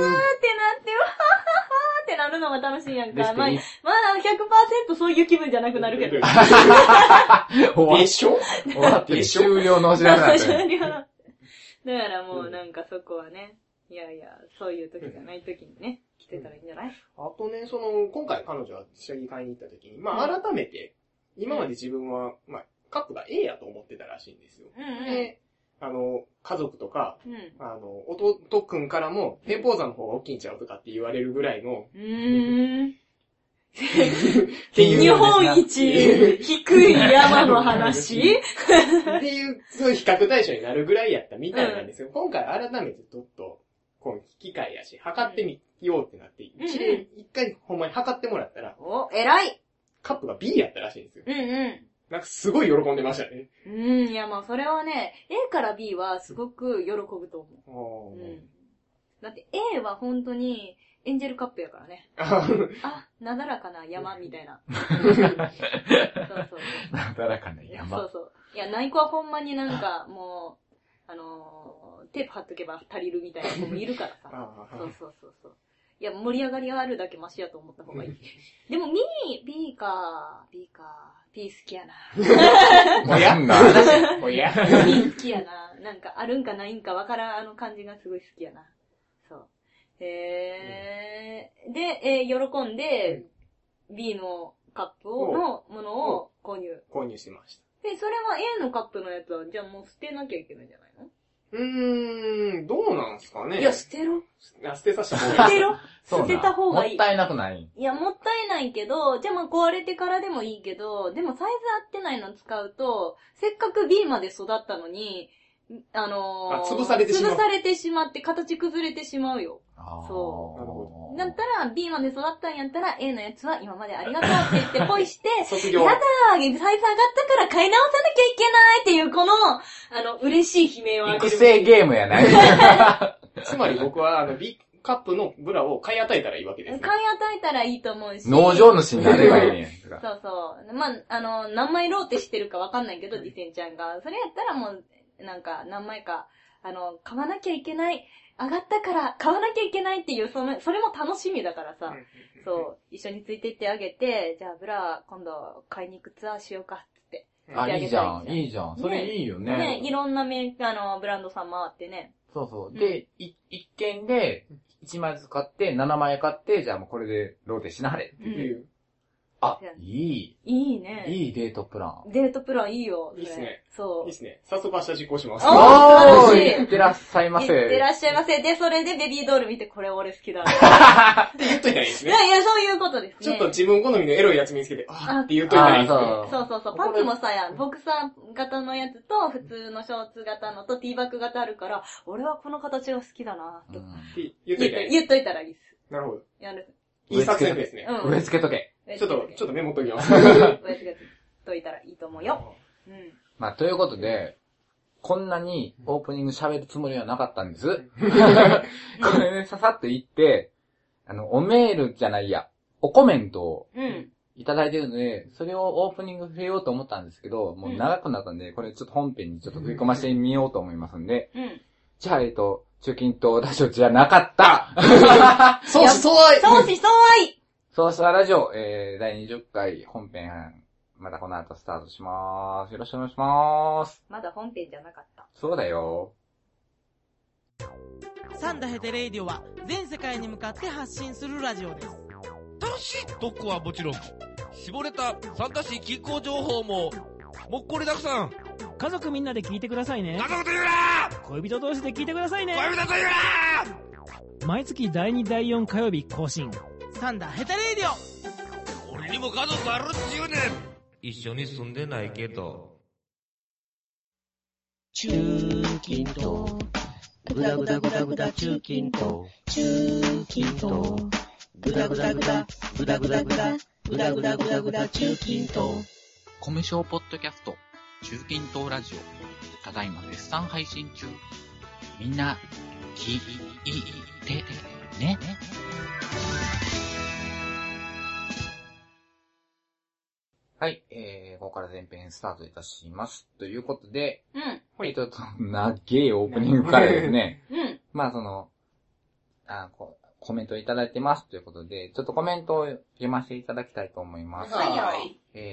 ってなるのが楽しいやんか。まだ 100% そういう気分じゃなくなるけど。 でしょ終わって終了のお知らせなん終了。だからもうなんかそこはね、いや、そういう時じゃない時にね、来てたらいいんじゃない？ あとね、今回彼女は下着買いに行った時に、改めて、今まで自分は、カップが A やと思ってたらしいんですよ。で、家族とか、弟くんからも、天保山の方が大きいんちゃうとかって言われるぐらいの、 日本一低い山の話っていう、そういう比較対象になるぐらいやったみたいなんですよ。今回改めてちょっと、この機械やし、測ってみようってなって、一回ほんまに測ってもらったら、 お、偉いカップが B やったらしいんですよ。なんかすごい喜んでましたね。 いやまあそれはね、A から B はすごく喜ぶと思う。だって A は本当にエンジェルカップやからね。なだらかな山みたいな。そうそう。 なだらかな山。 そうそう。いや、内子はほんまになんかもう、テープ貼っとけば足りるみたいな子もいるからさ。そうそうそうそう。いや、盛り上がりがあるだけマシやと思った方がいい。でも、B か、B 好きやな。 おやおや B 好きやな。なんか、あるんかないんかわからん感じがすごい好きやな。そう。で、喜んで、B のカップのものを購入。 購入しました。 で、それは A のカップのやつは、じゃあもう捨てなきゃいけないんじゃないの？ どうなんすかね。 いや、捨てろ。 捨てさせた方がいい。 捨てろ。捨てた方がいい。 もったいなくない？ いや、もったいないけど、じゃあまあ壊れてからでもいいけど、でもサイズ合ってないの使うと、せっかく B まで育ったのに、 潰されてしまって形崩れてしまうよ。そう。なるほど。だったら B まで育ったんやったら A のやつは今までありがとうって言ってポイして、 卒業。 やだー、サイズ上がったから買い直さなきゃいけないっていうこの、嬉しい悲鳴を上げる。 育成ゲームやないつまり僕はB カップのブラを買い与えたらいいわけですね。 買い与えたらいいと思うし。 農場主になればいいねん。 そうそう。まあ、何枚ローテしてるかわかんないけど、ディセンちゃんが。それやったらもう、なんか、何枚か、買わなきゃいけない。上がったから買わなきゃいけないっていう、それも楽しみだからさ。そう。一緒についてってあげて、じゃあブラ今度買いに行くツアーしようかって。 いいじゃん、いいじゃん。それいいよね。 ね、いろんなブランドさん回ってね。 そうそう。で、一件で、1枚ずつ買って、7枚買って、じゃあもうこれでローテしなはれっていう。いいね。いいデートプラン。 デートプランいいよ。 いいっすね。 そう。 いいっすね。早速明日実行します。 いってらっしゃいませ。 いってらっしゃいませ。で、それでベビードール見て、これ俺好きだ。 って言っといたらいいですね。 いや、そういうことですね。 ちょっと自分好みのエロいやつ見つけて、って言っといたらいいですね。 そう。パンツもさ、ボクサー型のやつと、普通のショーツ型のと、ティーバッグ型あるから、俺はこの形が好きだなと。言っといたらいいです。 なるほど。 いい作戦ですね。 植え付けとけ。 ちょっとメモっときます。 植え付けといたらいいと思うよ。 まあ、ということで、こんなにオープニング喋るつもりはなかったんです。これね、ささっと言って、おメールじゃないや、おコメントをいただいてるので、それをオープニング触れようと思ったんですけど、もう長くなったんで、これちょっと本編にちょっと振り込ませてみようと思いますんで、じゃあ、中近東ラジオじゃなかった相思相愛そうしたラジオ、第20回本編、またこの後スタートしまーす。よろしくお願いしまーす。 まだ本編じゃなかった。 そうだよ。 サンダヘテレイディオは全世界に向かって発信するラジオです。 楽しい特攻はもちろん、絞れたサンタシー気候情報も、もっこりたくさん。 家族みんなで聞いてくださいね。 家族と言うな恋人同士で聞いてくださいね。 恋人と言うな毎月第2第4火曜日更新。 サンダヘテレイディオ。 俺にも家族あるっちゅうねん。一緒に住んでないけど。 中近東グダグダグダグダ中近東中近東グダグダグダグダグダグダグダグダグダグダ中近東米小ポッドキャスト中近東ラジオただいま絶賛配信中。みんな聞いてね。 はい、ここから前編スタートいたします。ということで、ちょっと長いオープニングからですね、まあコメントいただいてますということで、ちょっとコメントを読ませていただきたいと思います。 はい。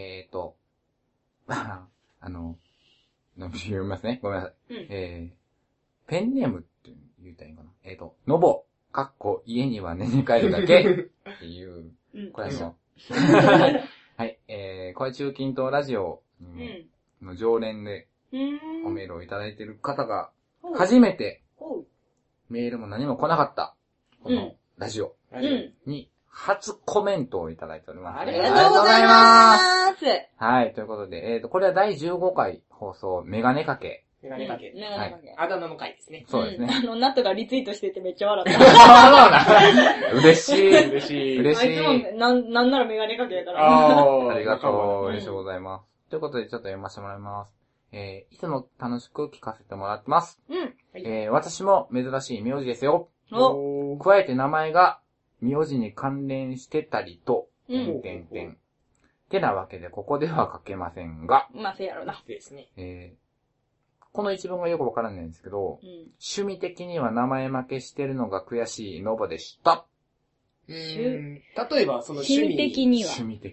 読みますね。ごめんなさい。ペンネームって言ったらいいかな。のぼ、家には寝に帰るだけっていう、これはい、これ中近東ラジオの常連でおメールをいただいている方が、初めてメールも何も来なかった、このラジオに初コメントをいただいております。 ありがとうございます。 はい、ということで、これは第15回放送、メガネかけ。 メガネかけ。あだ名の回ですね。 そうですね。 ナットがリツイートしててめっちゃ笑った。 嬉しい。 あいつも、なんならメガネかけやから。 ありがとう。嬉しいございます。ということで、ちょっと読ませてもらいます。いつも楽しく聞かせてもらってます。私も珍しい名字ですよ。加えて名前が名字に関連してたりと、てなわけで、ここでは書けませんが。 まあ、せやろな。 ですね。 この一文がよくわからないんですけど、趣味的には名前負けしてるのが悔しいノボでした。 例えば、その趣味的には。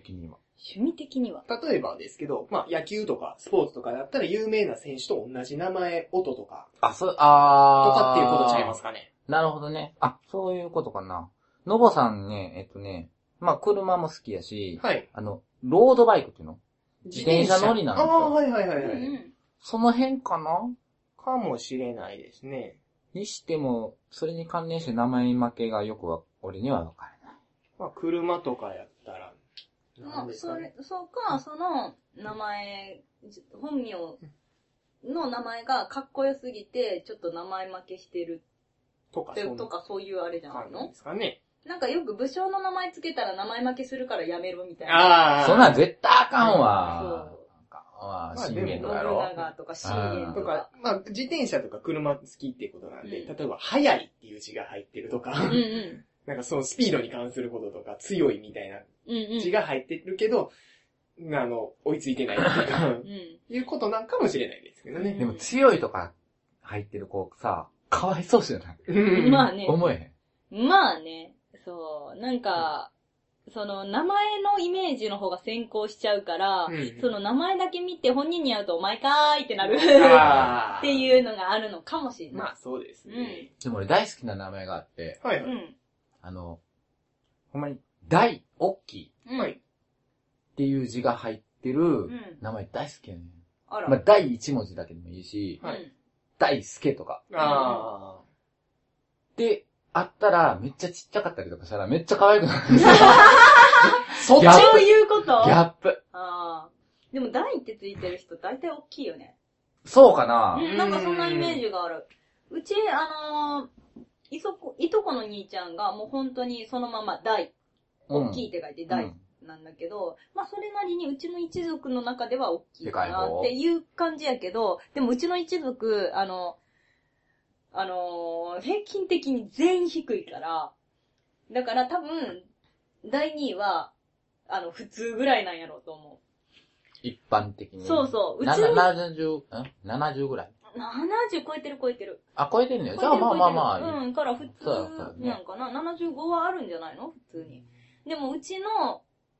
例えばですけど、まあ、野球とかスポーツとかだったら有名な選手と同じ名前、音とか。とかっていうことちゃいますかね。 なるほどね。あ、そういうことかな。ノボさんね、まあ、車も好きやし、 はい。 ロードバイクっていうの？自転車乗りなんですよ。 はい。 その辺かな？ かもしれないですね。 にしても、それに関連して名前負けがよく俺にはわからない。 まあ、車とかやったら、 まあ、そうか、その名前、本名の名前がかっこよすぎて、ちょっと名前負けしてる。とかそういうあれじゃないの？ ですかね。 なんかよく武将の名前つけたら名前負けするからやめろみたいな。そんなん絶対あかんわ。信玄とかやろ。 信長とか信玄とか。 まあ、自転車とか車好きっていうことなんで、例えば、速いっていう字が入ってるとか、なんかそのスピードに関することとか、強いみたいな字が入ってるけど、追いついてないっていうことなんかもしれないですけどね。 でも強いとか入ってる子さ、かわいそうじゃない？ まあね。 思えへん。まあね。そう。なんか、その名前のイメージの方が先行しちゃうから、その名前だけ見て本人に会うとお前かーいってなるっていうのがあるのかもしれない。 まあそうですね。 でも俺大好きな名前があって、 はい。 ほんまに大、おっきいっていう字が入ってる名前大好きやねん。まあ大一文字だけでもいいし、大輔とか。で、あったらめっちゃちっちゃかったりとかしたらめっちゃ可愛くなるんですよ。 そういうこと？ ギャップ。 でも大ってついてる人大体大きいよね。 そうかな？ なんかそんなイメージがある。うち、いとこの兄ちゃんがもう本当にそのまま大。大きいって書いて大なんだけど、まあそれなりにうちの一族の中では大きいかなっていう感じやけど、でもうちの一族、平均的に全員低いから、だから多分、第2位は、普通ぐらいなんやろうと思う。 一般的に。 そうそう。 うちの70ぐらい ?70 超えてる。 あ、超えてるね。じゃあまあ。 から普通なんかな。75はあるんじゃないの普通に。でもうちの、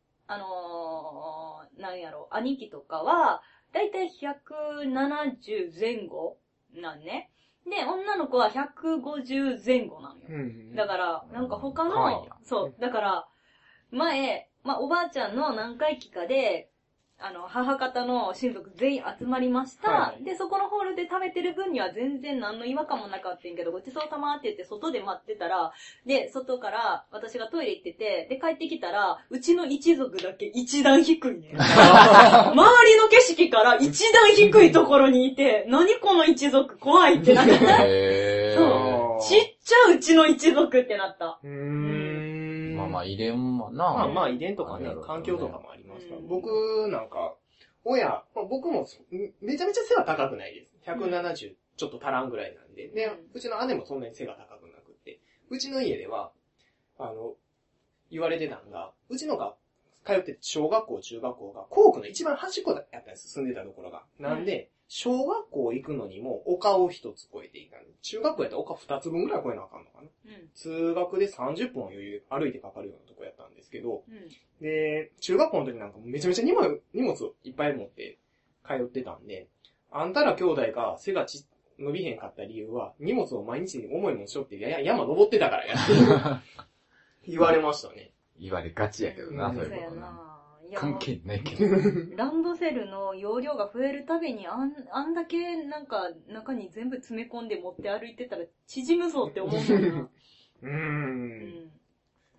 なんやろ、兄貴とかは、だいたい170前後なんね。で、女の子は150前後なのよ。だから、なんか他の、そう、だから、前、まあ、おばあちゃんの何回忌かで、母方の親族全員集まりました。で、そこのホールで食べてる分には全然何の違和感もなかったんけど、ごちそうさまって言って外で待ってたら、で、外から私がトイレ行ってて、で、帰ってきたら、うちの一族だけ一段低いね。周りの景色から一段低いところにいて、何この一族怖いってなった。そう。ちっちゃいうちの一族ってなった。 まあ遺伝もな。 まあ遺伝とかね、環境とかもありますから。僕なんか、僕もめちゃめちゃ背は高くないです。170ちょっと足らんぐらいなんで。で、うちの姉もそんなに背が高くなくって。うちの家では、言われてたんが、うちのが通って小学校、中学校が、校区の一番端っこだったんです、住んでたところが。なんで、小学校行くのにも丘を一つ越えていかん。中学校やったら丘二つ分ぐらい越えなあかんのかな。通学で30分は余裕歩いてかかるようなとこやったんですけど、で、中学校の時なんかめちゃめちゃ荷物をいっぱい持って通ってたんで、あんたら兄弟が背が伸びへんかった理由は、荷物を毎日重いもんしょって山登ってたからやって言われましたね。 言われがちやけどな、そういうことな。関係ないけど。 ランドセルの容量が増えるたびにあんだけなんか中に全部詰め込んで持って歩いてたら縮むぞって思うもんな。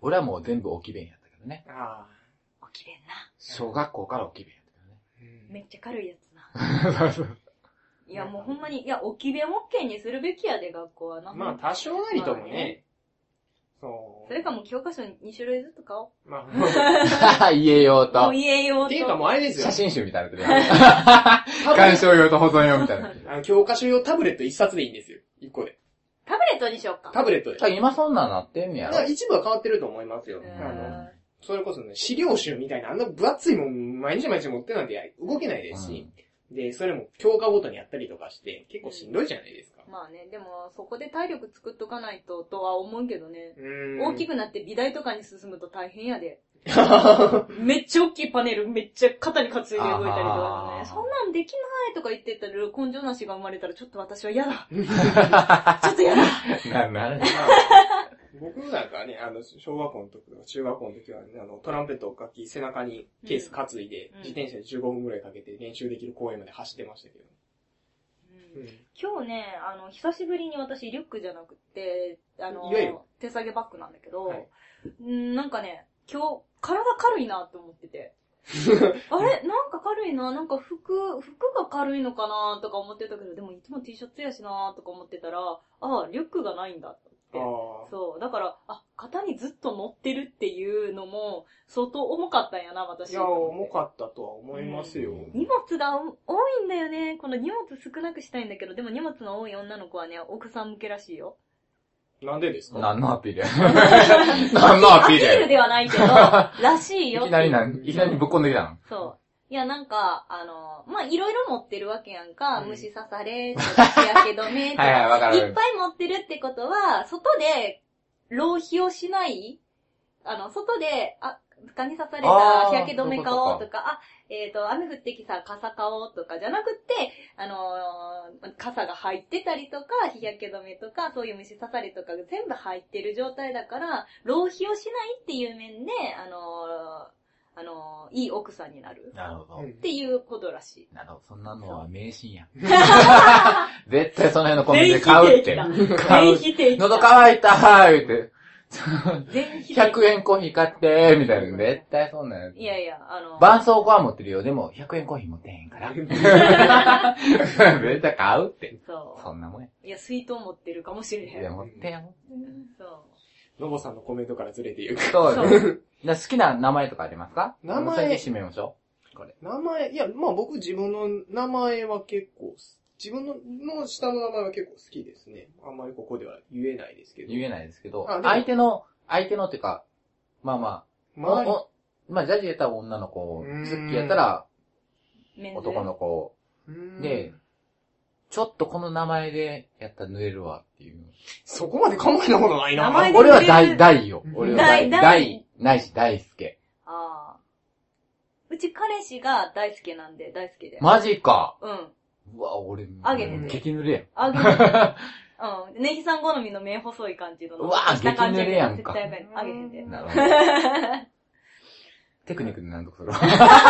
俺はもう全部置き弁やったけどね。 ああ。置き弁な。 小学校から置き弁やったけどね。 めっちゃ軽いやつな。そうそう。いや、もうほんまに、いや、置き弁 OK にするべきやで、学校はな。 まあ、多少なりともね。 そう。それかもう教科書2種類ずつ買おう。 まあ、家用と。 もう家用と。 っていうかもうあれですよ。 写真集みたいなやつで。鑑賞用と保存用みたいな。 教科書用タブレット1冊でいいんですよ。1個で。 タブレットにしようか。 タブレットで。 今そんなんなってんねやろ。 一部は変わってると思いますよ。それこそね、資料集みたいな、あんな分厚いもん毎日毎日持ってなんて動けないですし、で、それも教科ごとにやったりとかして、結構しんどいじゃないですか。 まあね、でも、そこで体力作っとかないと、とは思うけどね。大きくなって美大とかに進むと大変やで。めっちゃ大きいパネル、めっちゃ肩に担いで動いたりとかね。そんなんできないとか言ってたら、根性なしが生まれたら、ちょっと私は嫌だ。ちょっと嫌だ。 なる僕なんかね、小学校の時とか中学校の時は、トランペットを楽器背中にケース担いで、自転車で15分くらいかけて練習できる公園まで走ってましたけど。 今日ね、久しぶりに私リュックじゃなくて、手提げバッグなんだけど、なんかね、今日、体軽いなって思ってて。あれなんか軽いな、なんか服が軽いのかなとか思ってたけど、でもいつも T シャツやしなとか思ってたら、リュックがないんだって。そう。だから、肩にずっと乗ってるっていうのも、相当重かったんやな、私。 いや、重かったとは思いますよ。 荷物が多いんだよね。この荷物少なくしたいんだけど、でも荷物の多い女の子はね、奥さん向けらしいよ。 なんでですか？ 何のアピールや何のアピールやアピールではないけど、らしいよ。 いきなりぶっこんできたの？ そう。いや、なんか、まあ、いろいろ持ってるわけやんか。虫刺され、日焼け止めとか。 わかる。 いっぱい持ってるってことは、外で浪費をしない外で、蚊に刺された日焼け止め買おうとか、雨降ってきた傘買おうとかじゃなくって、傘が入ってたりとか、日焼け止めとか、そういう虫刺されとかが全部入ってる状態だから、浪費をしないっていう面で、いい奥さんになる。 なるほど。 っていうことらしい。 なるほど。そんなのは迷信やん。絶対その辺のコンビニで買うって。喉乾いたー言って。100円コーヒー買って、みたいな。絶対そんなやつ。 いやいや、 絆創膏は持ってるよ。でも、100円コーヒー持ってへんから。絶対買うって。 そう。 そんなもんや。 いや、水筒持ってるかもしれへん。 いや、持ってやもん。 そう。 のぼさんのコメントからずれている。 そうです。好きな名前とかありますか？ 名前。 先締めましょう。これ。 名前、いや、まあ僕自分の名前は結構、自分の下の名前は結構好きですね。あんまりここでは言えないですけど。 言えないですけど、相手のっていうか、まあ、ジャジやったら女の子、ツッキーやったら、男の子。で、ちょっとこの名前でやったら濡れるわっていう。 そこまで考えたことないな。 俺は大よ。俺は大、ないし大輔。 うち彼氏が大輔なんで、大輔で。 マジか。 うん。 うわ、俺、 あげへんで。 激濡れやん。 あげへん。うん。ネギさん好みの目細い感じの。 うわ、激濡れやんか。 絶対あげへんで。 なるほど。テクニックでなんとかするわ。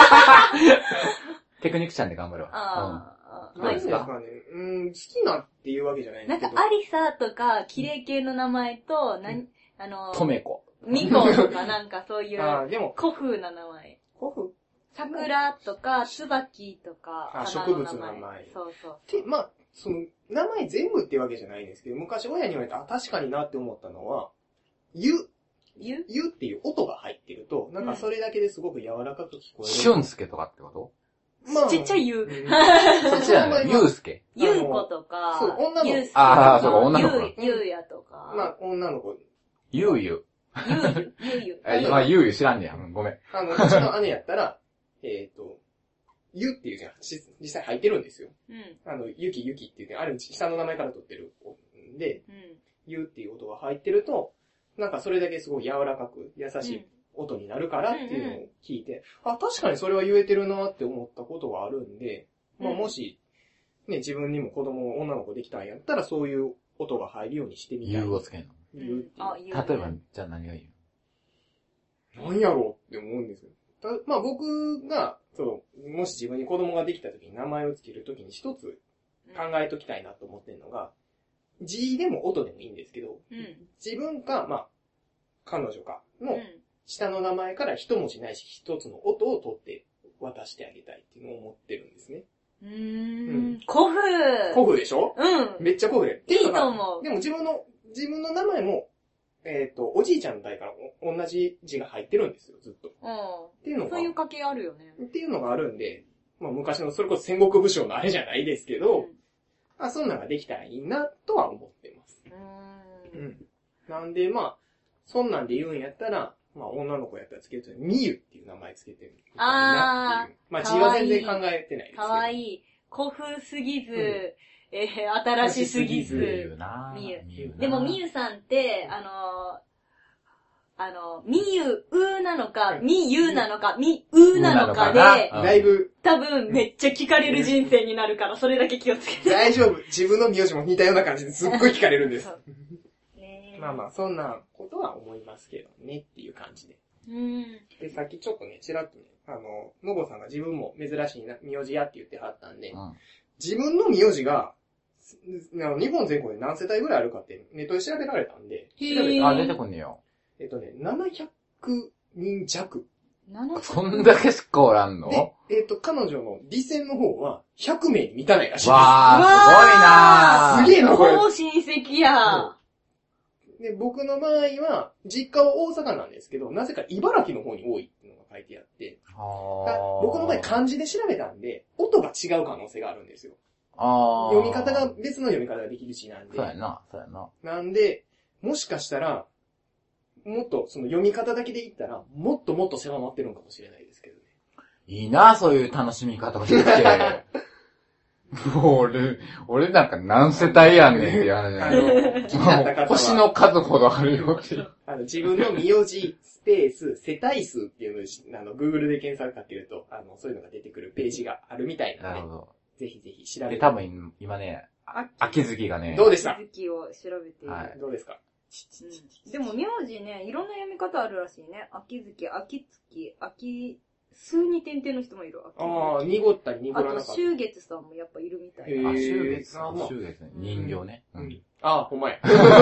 テクニックちゃんで頑張るわ。 どうですかね。好きなっていうわけじゃないんですけど。 なんか、アリサとか、綺麗系の名前と、 トメコ。 ミコとかなんかそういう、 でも古風な名前。 古風？ 桜とか、椿とか、 植物の名前。 そうそう。 まあ、名前全部ってわけじゃないんですけど、昔親に言われて、確かになって思ったのは、ゆっていう音が入ってると、なんかそれだけですごく柔らかく聞こえる。 俊介とかってこと？ まあ、ちっちゃいゆ。 そっちじゃない。ゆうすけ。 ゆうことか、 そう、女の子。 そうか、女の子。 ゆうやとか。 まあ、女の子。 ゆう。 ゆう。 まあ、ゆう知らんねや。ごめん。 うちの姉やったら、ゆっていうじゃん。実際入ってるんですよ。ゆきっていうね、ある下の名前から取ってるんで、ゆっていう音が入ってると、なんかそれだけすごい柔らかく優しい音になるからっていうのを聞いて、確かにそれは言えてるなって思ったことがあるんで、まあもし、ね、自分にも女の子できたんやったらそういう音が入るようにしてみたい。 ゆうをつけるの。 ゆうっていう。 例えば、じゃあ何がいいの？何やろうって思うんですよ。まあ僕が、もし自分に子供ができた時に名前をつける時に一つ考えときたいなと思ってるのが、字でも音でもいいんですけど、自分か、まあ、 彼女かの下の名前から一文字ないし一つの音を取って渡してあげたいっていうのを思ってるんですね。 古風。 古風でしょ？ うん。 めっちゃ古風で。 いいと思う。 でも自分の名前も、おじいちゃんの代から同じ字が入ってるんですよ、ずっと。っていうのが。 そういう家系あるよね。 っていうのがあるんで、まあ昔のそれこそ戦国武将のあれじゃないですけど、そんなんができたらいいなとは思ってます。なんでまあ、そんなんで言うんやったら、まあ女の子やったらつけると、みゆっていう名前つけてるみたいなっていう。まあ字は全然考えてないですけど。 かわいい。古風すぎず、新しすぎず。みゆ。でもみゆさんって、みゆうなのか、みゆなのか、みうなのかで、 だいぶ、 多分めっちゃ聞かれる人生になるから、それだけ気をつけて。 大丈夫。自分の名字も似たような感じですっごい聞かれるんです。まあまあ、そんなことは思いますけどねっていう感じで。で、さっきちょっとね、ちらっとね、のぼさんが自分も珍しい名字やって言ってはったんで、自分の名字が、日本全国で何世帯ぐらいあるかってネットで調べられたんで、調べたら出てこんねよ。 700人弱。 そんだけしかおらんの？ で、彼女の理線の方は100名に満たないらしいです。 わー、すごいなー。 すげえな、これ。 もう親戚や。 で、僕の場合は、実家は大阪なんですけど、なぜか茨城の方に多いっていうのが書いてあって、僕の場合漢字で調べたんで、音が違う可能性があるんですよ。読み方が、別の読み方ができるしなんで。 そうやな、そうやな。 なんで、もしかしたら、もっと、その読み方だけで言ったら、もっともっと狭まってるのかもしれないですけどね。 いいな、そういう楽しみ方をしてて。もう俺なんか何世帯やんねんって言われて。星の数ほどあるよって。 自分の名字、スペース、世帯数っていうのをGoogle で検索かけると、そういうのが出てくるページがあるみたいなので。なるほど。ぜひぜひ調べて。 多分今ね、秋月がね。 どうでした？ 秋月を調べている。 はい。どうですか？ でも名字ね、いろんな読み方あるらしいね。秋月、秋月、秋、数に点々の人もいる。 濁ったり濁らなかった。 あと、秋月さんもやっぱいるみたいな。 秋月ね。人形ね。 ほんまや。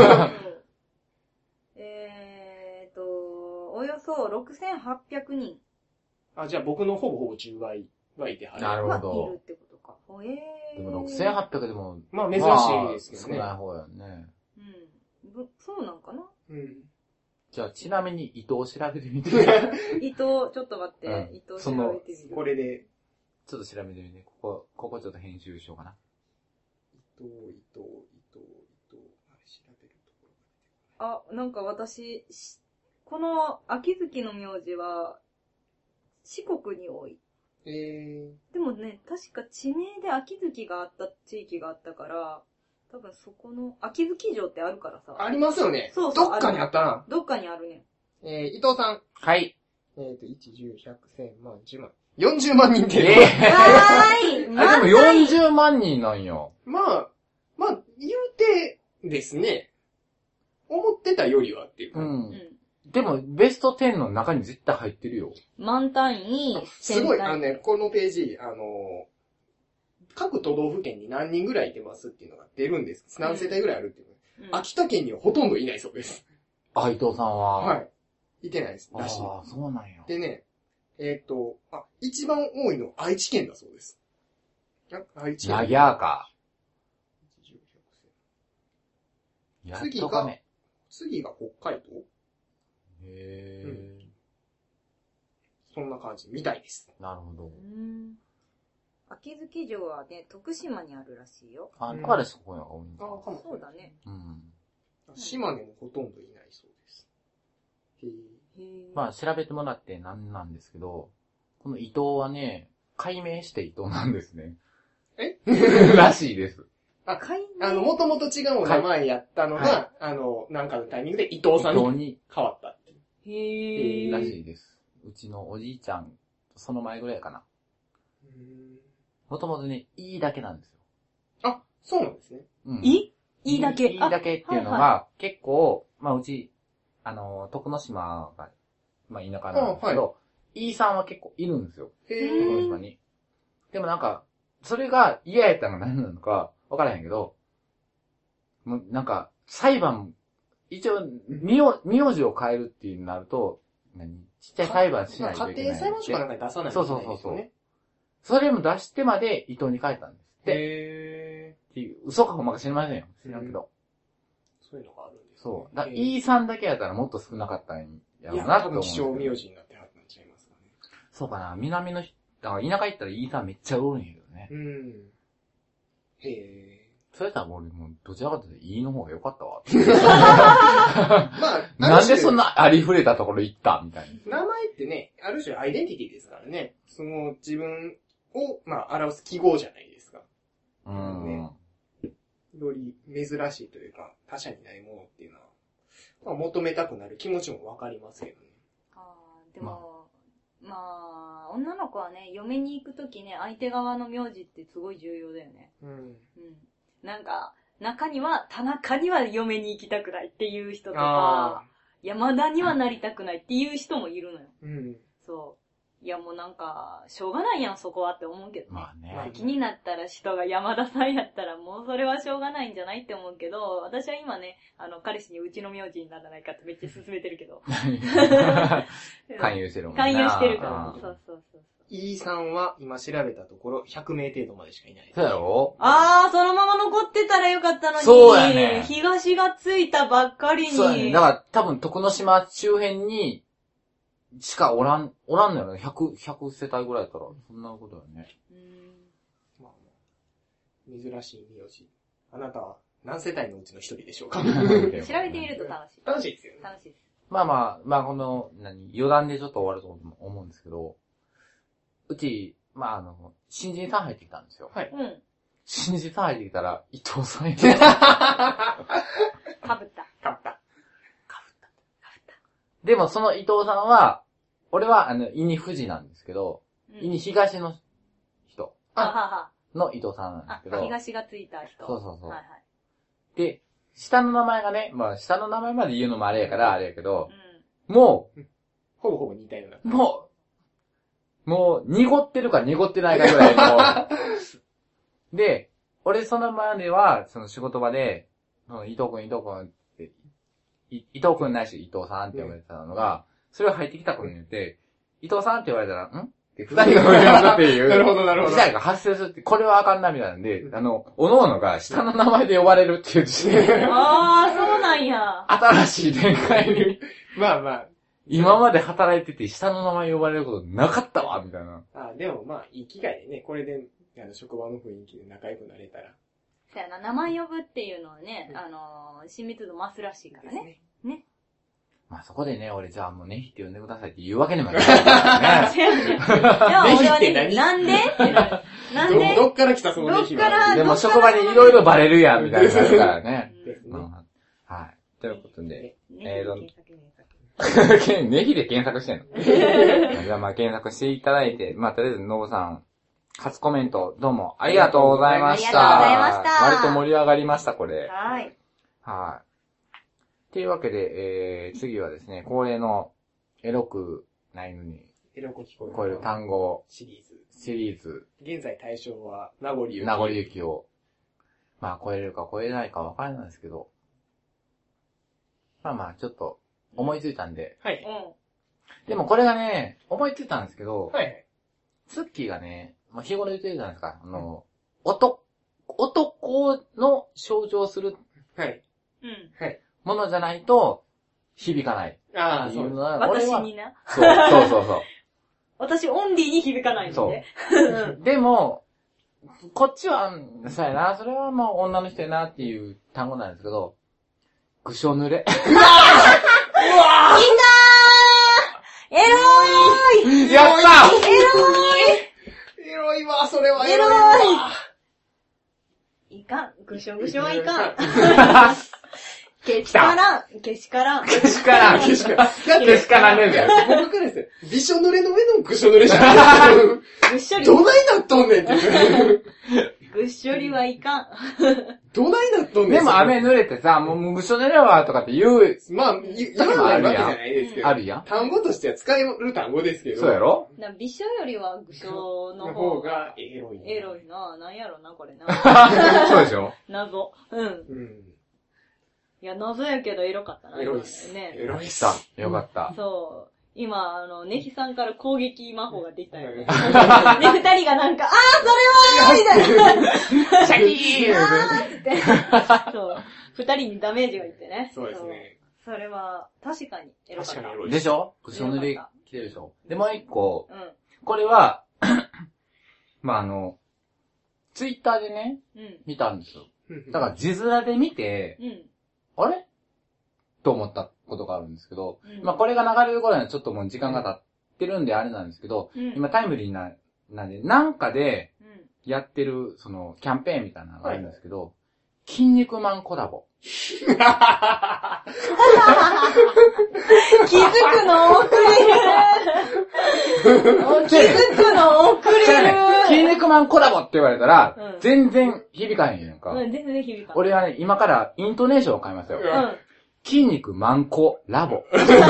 およそ6800人。 じゃあ僕のほぼ10倍はいてはる。 なるほど。 いるってことか。 でも6800でも、 まあ珍しいですけどね。 少ない方やね。 そうなんかな？ じゃあ、ちなみに、伊藤を調べてみて。 伊藤、ちょっと待って。伊藤調べてみる。 これで。 ちょっと調べてみて。ここちょっと編集しようかな。 伊藤。調べるところ。 なんか私、この秋月の名字は、四国に多い。でもね、確か地名で秋月があった地域があったから、多分そこの、秋月城ってあるからさ。 ありますよね。 そうどっかにあったな。 どっかにあるね。 伊藤さん。 はい。 1、10、100、1000万、10万。40万人って。 でも 40万人なんよ。 まあ、言うてですね、思ってたよりはっていうか。 でも、ベスト10の中に絶対入ってるよ。 万単位、 すごい、このページ、各都道府県に何人ぐらいいてますっていうのが出るんです。何世帯ぐらいあるっていうの。秋田県にはほとんどいないそうです。 伊藤さんは。 はい。いてないです。らしい。 そうなんや。 でね、一番多いの愛知県だそうです。愛知県。 なぎゃーか。 次が北海道？ へー。 そんな感じみたいです。 なるほど。 秋月城はね、徳島にあるらしいよ。 だからそこが多いんだ。 そうだね。 島根もほとんどいないそうです。 まあ、調べてもらってなんなんですけど、この伊藤はね、改名して伊藤なんですね。らしいです。 もともと違う名前やったのが、なんかのタイミングで伊藤さんに変わったっていう。 らしいです。うちのおじいちゃん、その前ぐらいかな。もともとね、いいだけなんですよ。 そうなんですね。 いいだけ。 いいだけっていうのが、結構、まあうち、徳之島が、まあ田舎なんですけど、いいさんは結構いるんですよ。徳之島に。でもなんか、それが嫌やったのが何なのか、わからへんけど、もうなんか、裁判一応、名字を変えるっていうなると、ちっちゃい裁判しないといけない。 家庭裁判所かなんかに出さないといけないですよね。 それも出してまで伊藤に変えたんですって。っていう、嘘かほんまか知りませんよ。知らんけど。 そういうのがあるんですね。 そう。だから E さんだけやったらもっと少なかったんやろうなって思う。 多分希少名字になってはったんちゃいますかね。 そうかな。南の人、だから田舎行ったら E さんめっちゃ多いんやけどね。 へえ。 それとは俺もどちらかというと E の方が良かったわ。 まあ、 なんでそんなありふれたところ行ったみたいな。名前ってね、ある種アイデンティティですからね。その自分を、表す記号じゃないですか。ね。より珍しいというか、他者にないものっていうのは、求めたくなる気持ちもわかりますけどね。 でも、女の子はね、嫁に行くときね、相手側の名字ってすごい重要だよね。なんか、中には、田中には嫁に行きたくないっていう人とか、山田にはなりたくないっていう人もいるのよ。そう。いやもうなんか、しょうがないやんそこはって思うけどね。気になったら人が山田さんやったらもうそれはしょうがないんじゃないって思うけど、私は今ね、彼氏にうちの名字にならないかってめっちゃ勧めてるけど。 勧誘してるもんね。 勧誘してるから。そう。 E さんは今調べたところ100名程度までしかいない。 そうやろ？ そのまま残ってたらよかったのに。 そうやね。 東がついたばっかりに。 そうやね。だから多分徳之島周辺にしかおらんのよね。100世帯ぐらいやったら、そんなことだよね。 珍しい名字。あなたは何世帯のうちの一人でしょうか？ 調べていると楽しい。 楽しいですよね。 楽しいです。 この、余談でちょっと終わると思うんですけど、うち、新人さん入ってきたんですよ。 はい。 新人さん入ってきたら、伊藤さんや。 かぶった。 でもその伊藤さんは、俺は、伊に富士なんですけど、伊に東の人。の伊藤さんなんですけど。 東がついた人。 そう。で、下の名前がね、下の名前まで言うのもあれやから、あれやけど、もう、 ほぼ似たような。 もう、濁ってるか濁ってないかぐらいの。で、俺その前では、その仕事場で、伊藤くんって、伊藤くんないし伊藤さんって呼ばれてたのが、それを入ってきたことによって、伊藤さんって言われたら、って二人が振り向くっていう。 なるほど。 事態が発生するって、これはあかんなみたいなんで、おのおのが下の名前で呼ばれるっていう時点で。 そうなんや。 新しい展開に。 まあ。 今まで働いてて下の名前呼ばれることなかったわ、みたいな。 でもいい機会でね、これで、職場の雰囲気で仲良くなれたら。 そうやな、名前呼ぶっていうのはね、親密度増すらしいからね。ね。 そこでね、俺じゃあもうネヒって呼んでくださいって言うわけにもいかないからね。 じゃあ俺はね、なんでってなる。なんでどっから来たそのネヒは。 でも職場でいろいろバレるやん、みたいになるからね。はい。ということで、ネヒで検索してんの。じゃあ検索していただいて、とりあえずノブさん、初コメントどうもありがとうございました。割と盛り上がりました、これ。 はい。 というわけで、次はですね、恒例のエロくないのに、 エロく聞こえる単語シリーズ。 現在対象は名残雪。 名残雪を、超えれるか超えれないか分からないですけど、ちょっと思いついたんで。 はい。 でもこれがね、思いついたんですけど、 はい。 ツッキーがね、日頃言ってるじゃないですか、男の象徴する。 はい。はい。 ものじゃないと、響かない。 そう。 私にな。 そう。 私オンリーに響かないので。 でも、こっちは、そうやな、それはもう女の人やなっていう単語なんですけど、ぐしょ濡れ。 うわーいいなーエロいやったエロいわ、それはエロいいかん。ぐしょぐしょはいかん。けしからんねえぜ。 僕からですよ。びしょ濡れの上のぐしょ濡れじゃないぐっしょり。どないなっとんねんっていう。 ぐっしょりはいかん。 どないなっとんねん。 でも雨濡れてさ、もうぐっしょ濡れわとかって言う。 言わないわけじゃないですけど。 あるやん。 単語としては使える単語ですけど。 そうやろ？ びしょよりはぐしょの方がエロい。 エロいな。なんやろな、これな。 そうでしょ？ 謎。 いや、謎やけどエロかったな。 エロいっす。 ね。 エロいっす。 よかった。 そう。今、ネヒさんから攻撃魔法ができたよね。で、二人がなんか、それはみたいな。 シャキーって。そう。二人にダメージがいってね。 そうですね。 それは、確かにエロかった。確かにエロい。 でしょクソ塗り来てるでしょで、もう一個、これは、ツイッターでね、見たんですよ。だから字面で見て、あれと思ったことがあるんですけど、これが流れる頃にはちょっともう時間が経ってるんであれなんですけど、今タイムリーなんで、なんかでやってる、その、キャンペーンみたいなのがあるんですけど、筋肉マンコラボ。 気づくの遅れる。気づくの遅れる。 筋肉マンコラボって言われたら、全然響かへんやんか。 全然響かへん。 俺はね、今からイントネーションを変えますよ。筋肉マンコラボ。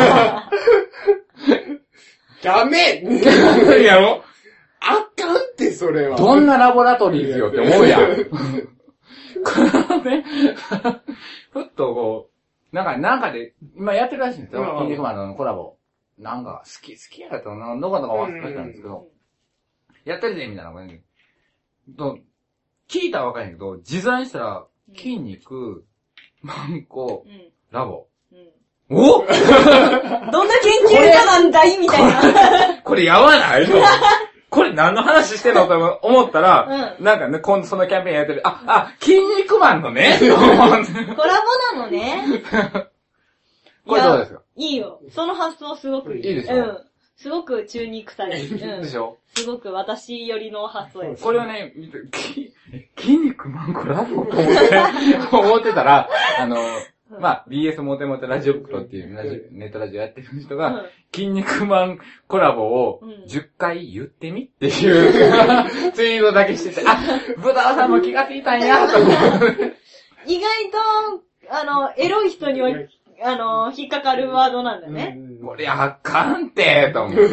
ダメやろあかんって、それは。 どんなラボラトリーズよって思うやん。このね、ふっとこう、なんかで、今やってるらしいんですよ。筋肉マンのコラボ。なんか、好きやったのどこか忘れたんですけど、やってるぜ、みたいな感じで。聞いたらわかんないけど、自在したら、筋肉、マンコ、ラボ。おどんな研究家なんだいみたいな。 これやばないこれ何の話してんのと思ったら、なんかね、今度そのキャンペーンやってる。筋肉マンのね。 コラボなのね。 これどうですか？ いいよ。その発想すごくいい。 いいでしょ？ すごく中肉される。 でしょ？ すごく私寄りの発想です。 これをね、筋肉マンコラボと思ってたら、BS モテモテラジオ袋っていうネットラジオやってる人が、筋肉マンコラボを10回言ってみっていうツイートだけしてて、ブダーさんも気がついたんや、と思う。 意外と、エロい人には、引っかかるワードなんだよね。 これあかんて、と思って。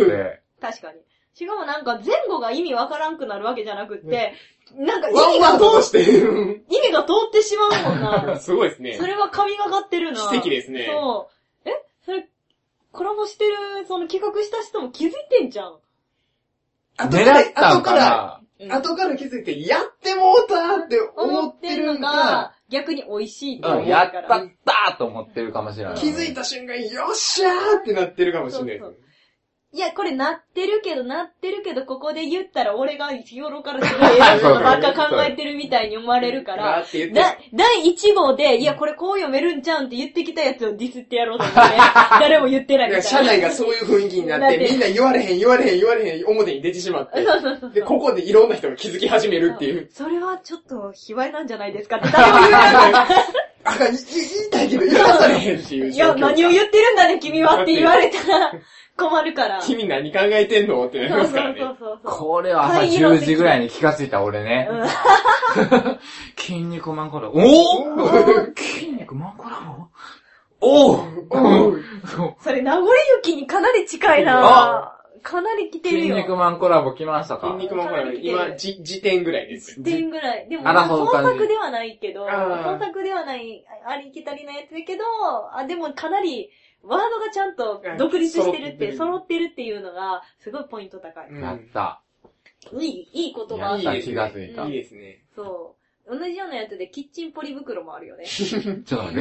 確かに。しかもなんか前後が意味わからんくなるわけじゃなくって、なんか意味が通ってしまうもんな。 すごいですね。 それは神がかってるな。 奇跡ですね。 そう。それ、コラボしてる、その企画した人も気づいてんじゃん。 後から気づいて、やってもうたーって思ってるのが、 逆に美味しいって思うから。 やったったーと思ってるかもしれない。 気づいた瞬間、よっしゃーってなってるかもしれないです。 いや、これなってるけど、ここで言ったら俺が日頃からすごい偉いことばっか考えてるみたいに思われるから、第1号で、いや、これこう読めるんちゃうんって言ってきたやつをディスってやろうと思って、誰も言ってないみたいな。 社内がそういう雰囲気になって、みんな言われへん、表に出てしまって。そうで、ここでいろんな人が気づき始めるっていう。 それはちょっと、卑猥なんじゃないですかって誰も言わない。 言いたいけど言わされへんっていう。 いや、何を言ってるんだね、君はって言われたら、困るから。 君何考えてんのってなりますからね。 そう。 これは朝10時ぐらいに気がついた俺ね。筋肉マンコラボ。筋肉マンコラボそれ、名残雪にかなり近いなかなり来てるよ。 筋肉マンコラボ来ましたか？ 筋肉マンコラボ、今、時点ぐらいです。 時点ぐらい。でも、創作ではないけど、創作ではない、ありきたりなやつだけど、でもかなり、ワードがちゃんと独立してるって、揃ってるっていうのが、すごいポイント高い。 やった。 いい言葉。 やった気がついた。 いいですね。 そう。同じようなやつでキッチンポリ袋もあるよね。 ちょっと待って。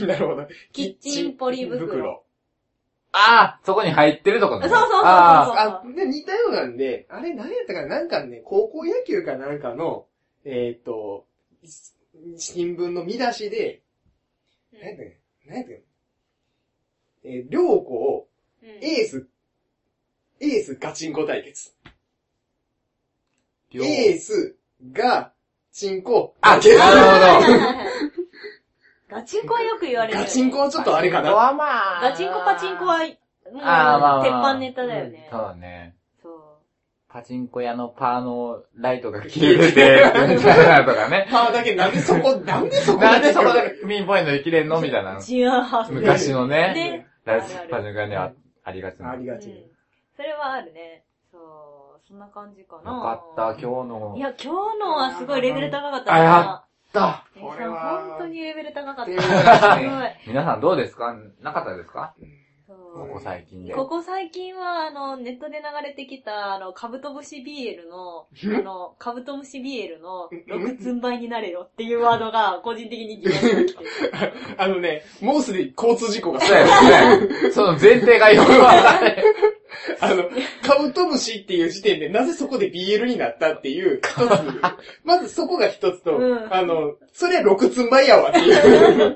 なるほど。 キッチンポリ袋。 そこに入ってるとこね。 そう。 で、似たようなんで、あれ何やったかな、なんかね、高校野球かなんかの、新聞の見出しで、何やったかな、両校、エースガチンコ対決。エース、ガチンコ。 なるほど。 ガチンコはよく言われる、 ガチンコはちょっとあれかな。 ガチンコパチンコは、もう、鉄板ネタだよね。 そうだね。 そう。 パチンコ屋のパーのライトが消えてて、みたいなとかね。 パーだけなんでそこでピンポイントで切れんのみたいな。昔のね。パチンコ屋にありがちな。 ありがち。 それはあるね。そう。そんな感じかな。 よかった、今日の。 いや、今日のはすごいレベル高かったな。 た。 これは本当にレベル高かった。すごい。 皆さんどうですか？なかったですか？ここ最近で。 ここ最近は、ネットで流れてきた、カブトムシ BL の、カブトムシ BL の、6つん這いになれよっていうワードが、個人的に疑問に来てもうすでに交通事故がそうですね。その前提がよくわかんない。 カブトムシっていう時点でなぜそこで BL になったっていう一つ。まずそこが一つと、それは6つん這いやわっていう。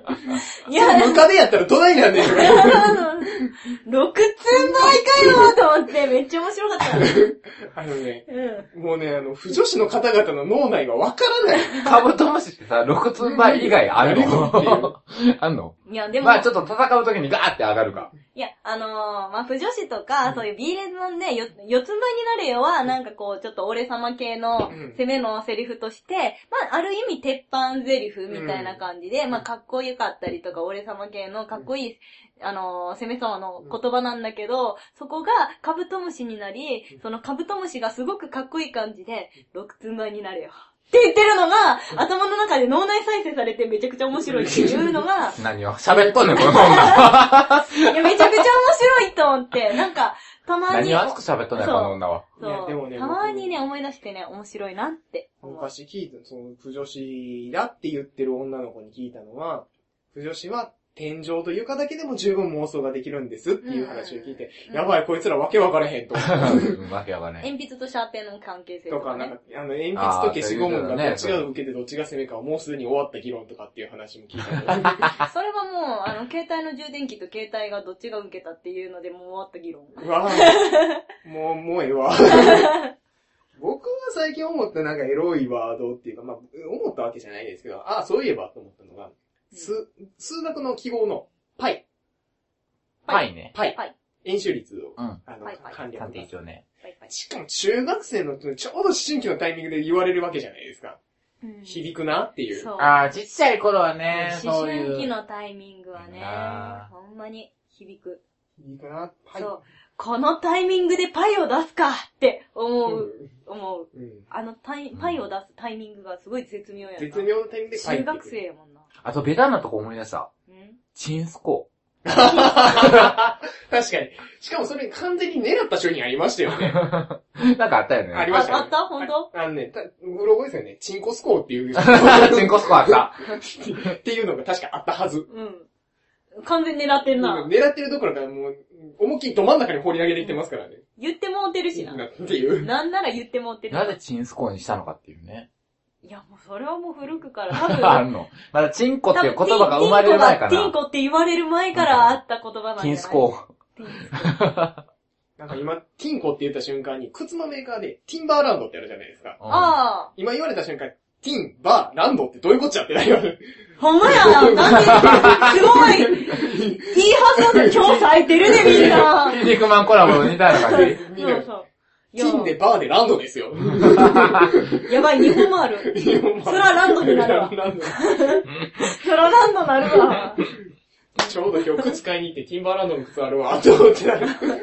いや、ムカデやったらどないなんねん。6つん這いかよと思って、めっちゃ面白かった。 もうね、不女子の方々の脳内がわからない。 カブトムシってさ、6つん這い以外あるの？あんの？ いや、でも。 まあちょっと戦う時にガーって上がるか。 いや、不女子とか、そういう B レズのね、四つん這いになれよは、なんかこう、ちょっと俺様系の攻めのセリフとして、まあ、ある意味鉄板セリフみたいな感じで、まあ、かっこよかったりとか、俺様系のかっこいい、攻め様の言葉なんだけど、そこがカブトムシになり、そのカブトムシがすごくかっこいい感じで、6つん這いになれよ。って言ってるのが、頭の中で脳内再生されてめちゃくちゃ面白いっていうのが。 何を喋っとんねん、この女。 いや、めちゃくちゃ面白いと思って、なんか、たまに。 何を熱く喋っとんねん、この女は。 そう。でもね、たまにね、思い出してね、面白いなって。 昔聞いた、不女子だって言ってる女の子に聞いたのは、不女子は、天井と床だけでも十分妄想ができるんですっていう話を聞いて、やばい、こいつらわけわからへんと。 わけわからへん。 鉛筆とシャーペンの関係性とか、ね。 とか、鉛筆と消しゴムがどっちが受けてどっちが攻めかはもうすでに終わった議論とかっていう話も聞いたので。 それはもう、携帯の充電器と携帯がどっちが受けたっていうのでもう終わった議論。 うわもうええわ。僕は最近思ったなんかエロいワードっていうか、まあ、思ったわけじゃないですけど、そういえばと思ったのが、数学の記号のパイ。 パイね。 パイ。演習率を、 簡略化。一応ね。 しかも中学生のちょうど思春期のタイミングで言われるわけじゃないですか。響くなっていう。 そう。 ちっちゃい頃はね、 思春期のタイミングはね、ほんまに響く。 響くな、パイ。 そう。このタイミングでパイを出すかって思う。パイを出すタイミングがすごい絶妙やな。 絶妙なタイミングでパイ。 中学生やもんな。 あと、ベタなとこ思い出した。チンスコー。確かに。しかもそれ完全に狙った商品ありましたよね。 なんかあったよね。 ありましたよね。あったほんと？ ブログですよね。チンコスコーっていう。 チンコスコーあった。 っていうのが確かあったはず。 完全に狙ってんな。 狙ってるどころかもう、思いっきりど真ん中に放り投げてきてますからね。 言ってもうてるしな。 っていう。 なんなら言ってもうてる。 なぜチンスコーにしたのかっていうね。 いや、もうそれはもう古くから多分。 あるの。まだチンコっていう言葉が生まれる前から。 チンコって言われる前からあった言葉なんじゃない？ ティンスコー。 なんか今、ティンコって言った瞬間に、靴のメーカーでティンバーランドってあるじゃないですか。今言われた瞬間、ティンバーランドってどういうこっちゃってなります。 ほんまやな、なんですごいいいはずだと今日咲いてるね、みんな。 筋肉マンコラボみたいな感じ。 そうそう。ティンでバーでランドですよ。 やばい、日本もある。そらランドになるわ。そらランドなるわ。 ちょうど今日靴買いに行ってティンバーランドの靴あるわ、と思ってなる。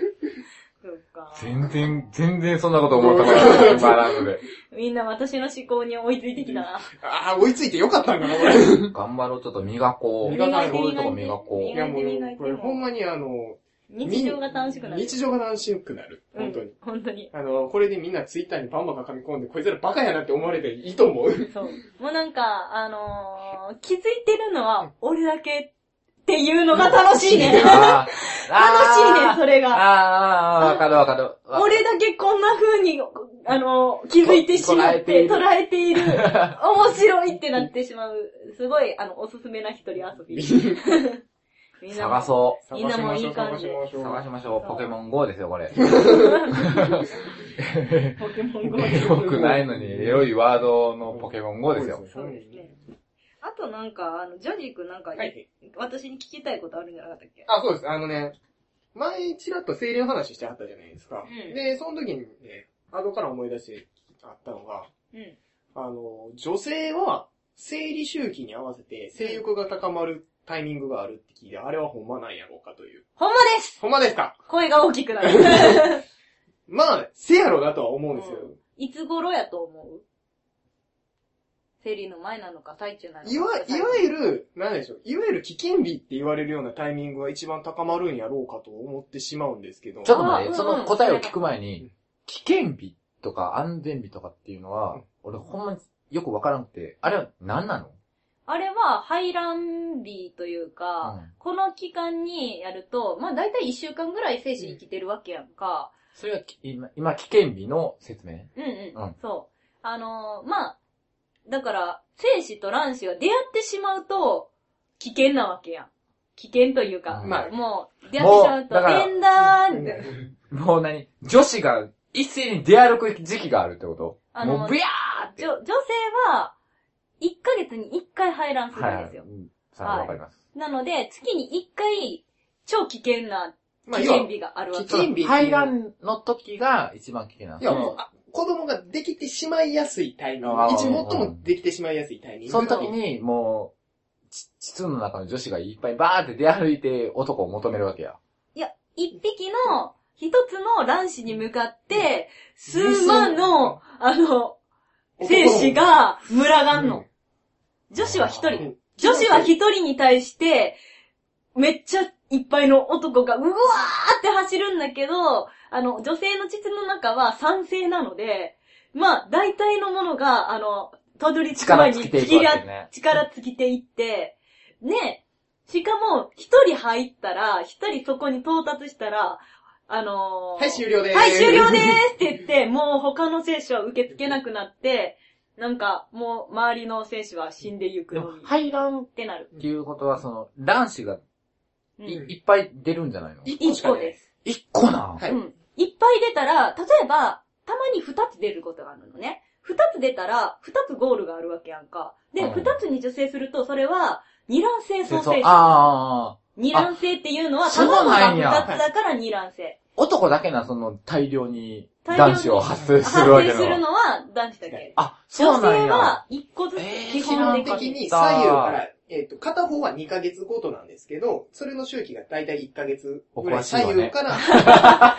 全然そんなこと思ったことない。ティンバーランドで。 みんな私の思考に追いついてきたな。 追いついてよかったんかな、これ。 頑張ろう、ちょっと磨こう。 磨いて。 いやもう、これほんまに日常が楽しくなる。 日常が楽しくなる。本当に。 本当に。 これでみんなツイッターにバンバン書き込んで、こいつらバカやなって思われていいと思う。 そう。もうなんか、気づいてるのは、俺だけっていうのが楽しいね。楽しいね、それが。 わかるわかる。 俺だけこんな風に、気づいてしまって、捉えている。面白いってなってしまう。すごい、おすすめな一人遊び。 探そう。 みんなもいい感じ。 探しましょう。ポケモン GO ですよ、これ。 ポケモン GO です。 よくないのに、エロいワードのポケモン GO ですよ。 そうですね。あとなんか、ジョジー君なんか、私に聞きたいことあるんじゃなかったっけ？ そうです。前、ちらっと生理の話してはったじゃないですか。で、その時にね、後から思い出してあったのが、女性は、生理周期に合わせて性欲が高まるタイミングがあるって聞いて、あれはほんまなんやろうかという。 ほんまです！ ほんまですか？ 声が大きくなる。まあ、せやろなとは思うんですよ。 いつ頃やと思う？ 生理の前なのか最中なのか。 いわゆる、なんでしょう。いわゆる危険日って言われるようなタイミングが一番高まるんやろうかと思ってしまうんですけど。 ちょっと待って、その答えを聞く前に、危険日とか安全日とかっていうのは、俺ほんまによくわからなくて、あれは何なの？ あれは排卵日というか、この期間にやると、まあ大体1週間ぐらい精子生きてるわけやんか。 それは今危険日の説明？ そう。まあ、だから、精子と卵子が出会ってしまうと、危険なわけやん。危険というか、まあ、もう、出会ってしまうと、縁だーって。 もう女子が一斉に出歩く時期があるってこと？もうブヤーって。 女性は、1ヶ月に1回排卵するんですよ。 はい、わかります。 なので、月に1回、超危険な危険日があるわけ。 危険日。排卵の時が一番危険なんですよ。 いや、もう、子供ができてしまいやすいタイミング。最もできてしまいやすいタイミング。 その時に、もう、膣の中の女子がいっぱいバーって出歩いて男を求めるわけや。 いや、一匹の、一つの卵子に向かって、数万の、精子が群がんの。女子は一人。女子は一人に対して、めっちゃいっぱいの男がうわーって走るんだけど、女性の膣の中は酸性なので、まあ、大体のものが、たどり着く前に力尽きていって、ね、しかも、一人入ったら、一人そこに到達したら、 はい、終了でーす。 はい、終了でーすって言って、もう他の精子は受け付けなくなって、なんか、もう、周りの精子は死んでゆくのに。 排卵ってなる。っていうことは、卵子がいっぱい出るんじゃないの？ 1 個です。 1個な？ はい。いっぱい出たら、例えば、たまに2つ出ることがあるのね。2つ出たら、2つゴールがあるわけやんか。で、2つに受精すると、それは、二卵性双生児。二卵性っていうのは、卵が2つだから二卵性。 男だけな、大量に男子を発生するわけの。 発生するのは男子だけ。 そうなんや。 女性は1個ずつ基本的に左右から、片方は2ヶ月ごとなんですけど、それの周期がだいたい1ヶ月ぐらい左右から。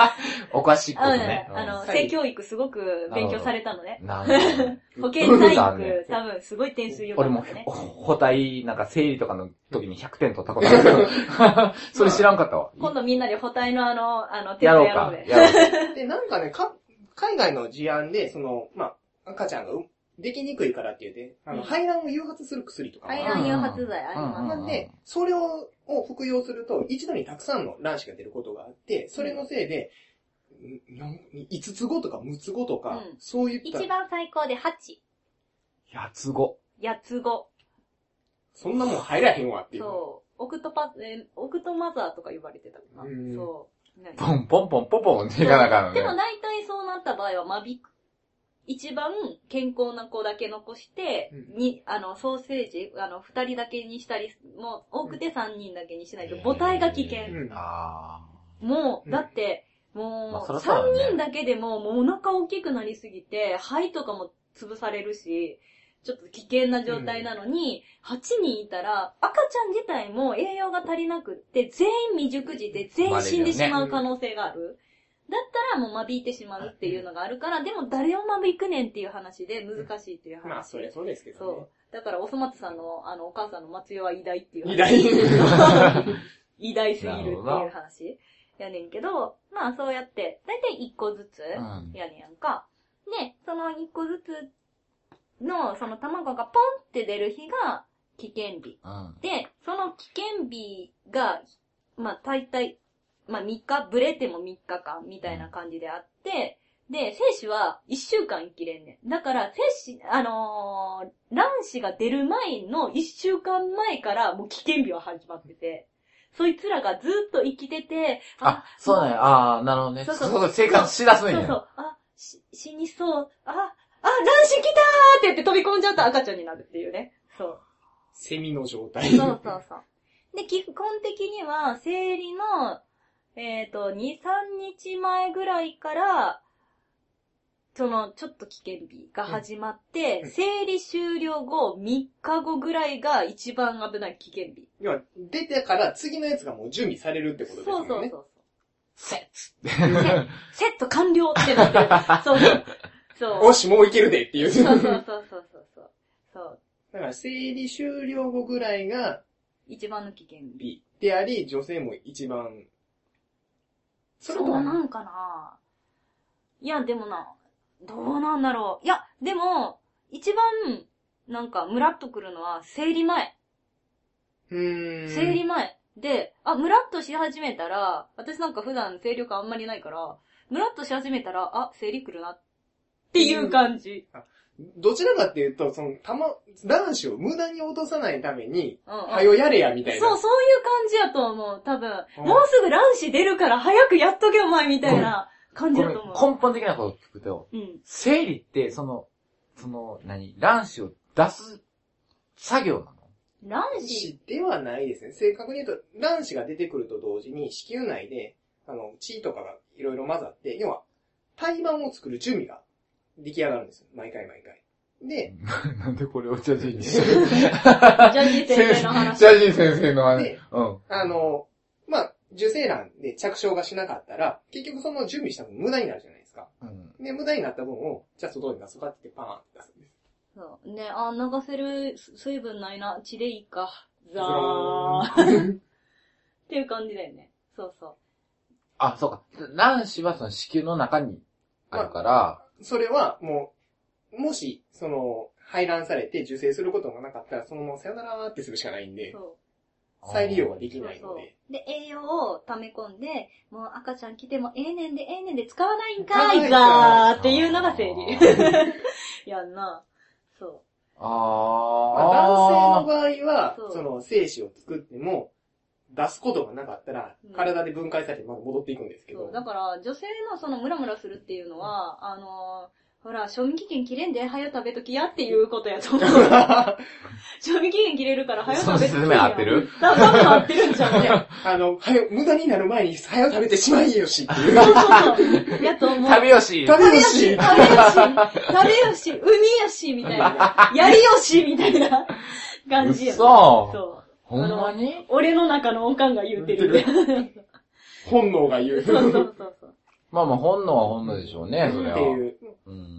おかしいことね。 性教育すごく勉強されたのね。保健体育、多分すごい点数良かったね。 俺も、補体、生理とかの時に100点取ったことあるけど、それ知らんかったわ。 今度みんなで補体のテストやろうで。 で、なんかね、海外の事案で、赤ちゃんができにくいからって言って、排卵を誘発する薬とかも排卵誘発剤あります。 なんで、それを服用すると、一度にたくさんの卵子が出ることがあって、それのせいで、5つ子とか6つ子とか、そういった。 一番最高で8。 8つ子。 8つ子。 そんなもん入らへんわっていう。 そう。オクトマザーとか呼ばれてたかな。そう。 ポンポンポンポンポンっていかなかのね。 でも大体そうなった場合は間引く。一番健康な子だけ残して、ソーセージ、2人だけにしたり、もう多くて3人だけにしないと母体が危険。もう、だって、もう、3人だけでも、もうお腹大きくなりすぎて、肺とかも潰されるし、ちょっと危険な状態なのに、8人いたら、赤ちゃん自体も栄養が足りなくって、全員未熟児で全員死んでしまう可能性がある。だったらもう間引いてしまうっていうのがあるから、でも誰を間引くねんっていう話で難しいっていう話。 まあ、それそうですけどね。そう。 だから、おそ松さんの、お母さんの松代は偉大っていう話。 偉大偉大すぎるっていう話やねんけど、まあそうやって、だいたい1個ずつやねんやんか。で、その1個ずつの、その卵がポンって出る日が危険日。で、その危険日が、まあ大体、まあ3日、ブレても3日間みたいな感じであって、で、精子は1週間生きれんねん。だから、卵子が出る前の1週間前からもう危険日は始まってて、そいつらがずっと生きてて、 そうだよ。なるほどね。そう、生活しだすんや。 そう、死にそう、卵子来たーって言って飛び込んじゃうと赤ちゃんになるっていうね。そう。 セミの状態。 そう。で、基本的には、生理の、2、3日前ぐらいから、ちょっと危険日が始まって、生理終了後3日後ぐらいが一番危ない危険日。 要は、出てから次のやつがもう準備されるってことですよね。 そう。セット完了ってなってる。そう。 おし、もういけるでっていう。 そう。 から生理終了後ぐらいが、 一番の危険日であり、女性も一番、 そうなんかな。いや、でもな、どうなんだろう。いや、でも、一番、なんか、ムラっとくるのは、生理前。生理前。で、ムラっとし始めたら、私なんか普段生理力あんまりないから、ムラっとし始めたら、生理来るなっていう感じ。 どちらかっていうと、卵子を無駄に落とさないために、はよやれや、みたいな。 そういう感じやと思う。多分、もうすぐ卵子出るから早くやっとけお前みたいな感じやと思う。 根本的なこと聞くと、生理って、卵子を出す作業なの？ 卵子ではないですね。正確に言うと、卵子が出てくると同時に、子宮内で、血とかがいろいろ混ざって、要は、胎盤を作る準備が出来上がるんですよ。毎回。で、 なんでこれをジャジーにジャジー先生の話。 ジャジー先生の話。 で、受精卵で着床がしなかったら、結局その準備した分無駄になるじゃないですか。で、無駄になった分を、じゃあ外に出そうかってパーンって出すんです。 そう。ね、流せる水分ないな。血でいいか。ザー。っていう感じだよね。そう。 そうか。卵子はその子宮の中にあるから、 それはもし、排卵されて受精することがなかったら、そのままさよならってするしかないんで、再利用はできないので。 で、栄養を溜め込んで、もう赤ちゃん来てもええねんで使わないんかいざーっていうのが生理。やんな。そう。 男性の場合は、精子を作っても、出すことがなかったら、体で分解されてまた戻っていくんですけど。 だから、女性のムラムラするっていうのは、ほら、賞味期限切れんで、早食べときやっていうことやと思う。賞味期限切れるから早食べときや。 その説明合ってる？ 多分合ってるんちゃうね。 無駄になる前に早食べてしまいよしっていう。 そう。やと思う。 食べよし、 海よし、みたいな。やりよし、みたいな感じや。 そう。ほんまに？ 俺の中のおかんが言うてる。 本能が言う。 そう。 本能は本能でしょうね、それは。 っていう。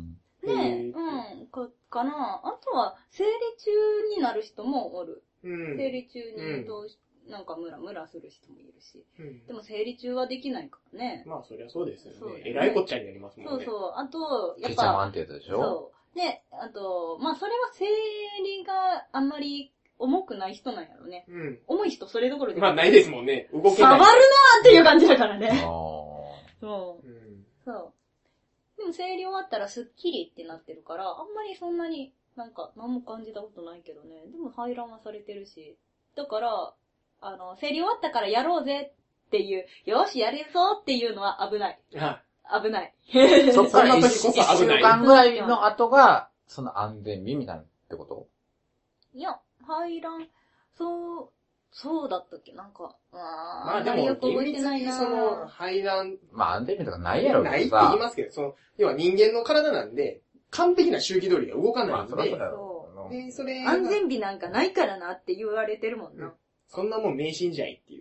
かな。あとは、生理中になる人もおる。生理中になんかムラムラする人もいるし。でも生理中はできないからね。 まあそりゃそうですよね。えらいこっちゃになりますもんね。 そう。あと、 やっぱ。ケチャマンってやつでしょ？ そう。で、あと、それは生理があんまり重くない人なんやろね。重い人それどころで。 ないですもんね。動けない。 触るなーっていう感じだからね。そう。でも生理終わったらスッキリってなってるから、あんまりそんなに何も感じたことないけどね。でも排卵はされてるし。だから、生理終わったからやろうぜっていう、よしやれるぞっていうのは危ない。危ない。 そっから1週間ぐらいの後が、その安全日みたいなってこと？ いや、排卵、そうだったっけでも、厳密に排卵。 安全日とかないやろないって言いますけど、要は人間の体なんで、完璧な周期通りが動かないんで。 それ安全日なんかないからなって言われてるもんな。 そんなもん迷信じゃいっていう。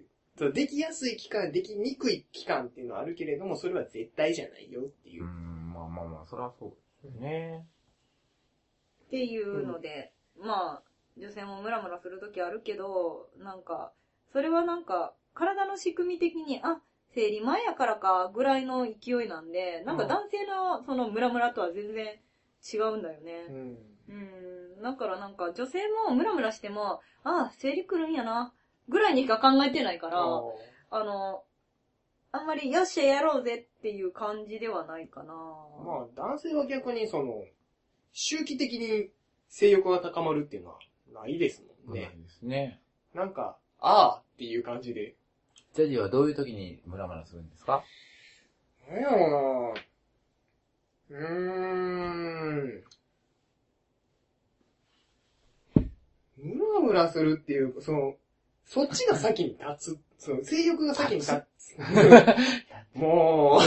できやすい期間、できにくい期間っていうのはあるけれども、それは絶対じゃないよっていう。 それはそうですね。 っていうので、女性もムラムラするときあるけど、それは体の仕組み的に、生理前やからか、ぐらいの勢いなんで、男性のそのムラムラとは全然違うんだよね。だから女性もムラムラしても、生理来るんやな、ぐらいにしか考えてないから、あんまりよっしゃやろうぜっていう感じではないかな。 男性は逆に周期的に性欲が高まるっていうのはないですもんね。 ないですね。 っていう感じで。 ジャジはどういう時にムラムラするんですか？ なんやろうなムラムラするっていう、そっちが先に立つ。性欲が先に立つ。もう。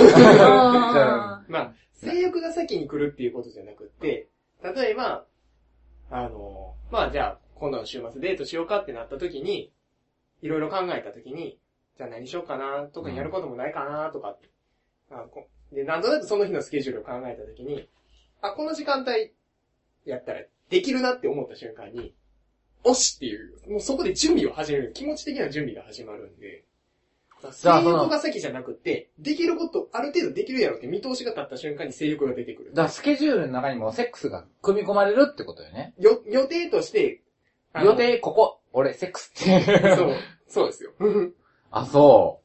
性欲が先に来るっていうことじゃなくて、例えば、じゃあ、今度の週末デートしようかってなった時に、いろいろ考えた時に、じゃあ何しようかな、特にやることもないかな、とかって。で、なんとなくその日のスケジュールを考えた時に、この時間帯やったらできるなって思った瞬間に、 おしっていう、もうそこで準備を始める。気持ち的な準備が始まるんで。性欲が先じゃなくて、できること、ある程度できるやろって見通しが立った瞬間に性欲が出てくる。 だからスケジュールの中にもセックスが組み込まれるってことよね。 予定として、 予定ここ、俺セックスって。 そうですよ。 あ、そう。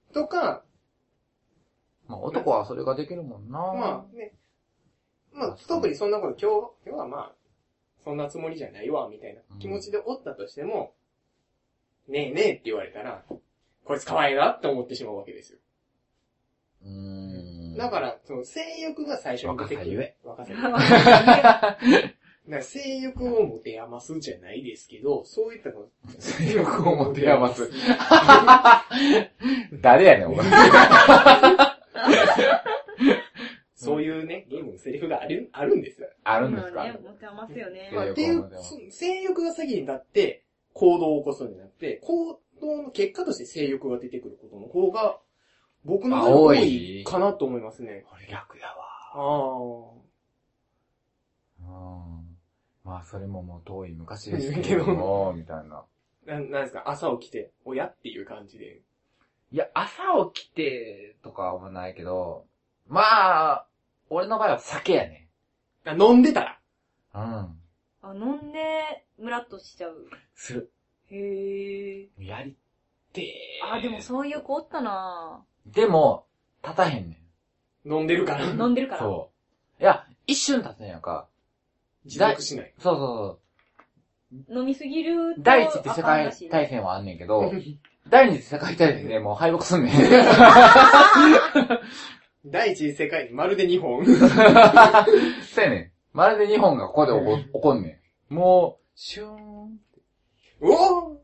とか、 まあ男はそれができるもんな。 まあね。まあ特にそんなこと今日はまあ、そんなつもりじゃないわ、みたいな気持ちでおったとしても、ねえねえって言われたら、こいつ可愛いなって思ってしまうわけですよ。だから、その性欲が最初に出てくる。若さゆえ。だから性欲を持て余すじゃないですけど、そういったの。 性欲を持て余す。誰やねん、お前。 そういうね、ゲームのセリフがあるんですよ。 あるんですか？ 持て余すよね。 っていう、性欲が先になって、行動を起こすようになって、行動の結果として性欲が出てくることの方が、僕の場合多いかなと思いますね。 俺逆やわ。まあそれももう遠い昔ですけども、みたいな。 なんですか、朝起きて、親っていう感じで。 いや、朝起きてとかはないけど、まあ、俺の場合は酒やね。 飲んでたら。 飲んで、ムラっとしちゃう。 する。 へー。 やりてー。でもそういう子おったなでも、立たへんねん。飲んでるから。 飲んでるから。 そう。いや、一瞬立つんやんか。 持続しない。 そう。 飲みすぎると。 第一って世界大戦はあんねんけど、第二次世界大戦でもう敗北すんねん。 第一次世界まるで日本。 そうやねん。まるで日本がここで起こんねん。もう、シューン。 お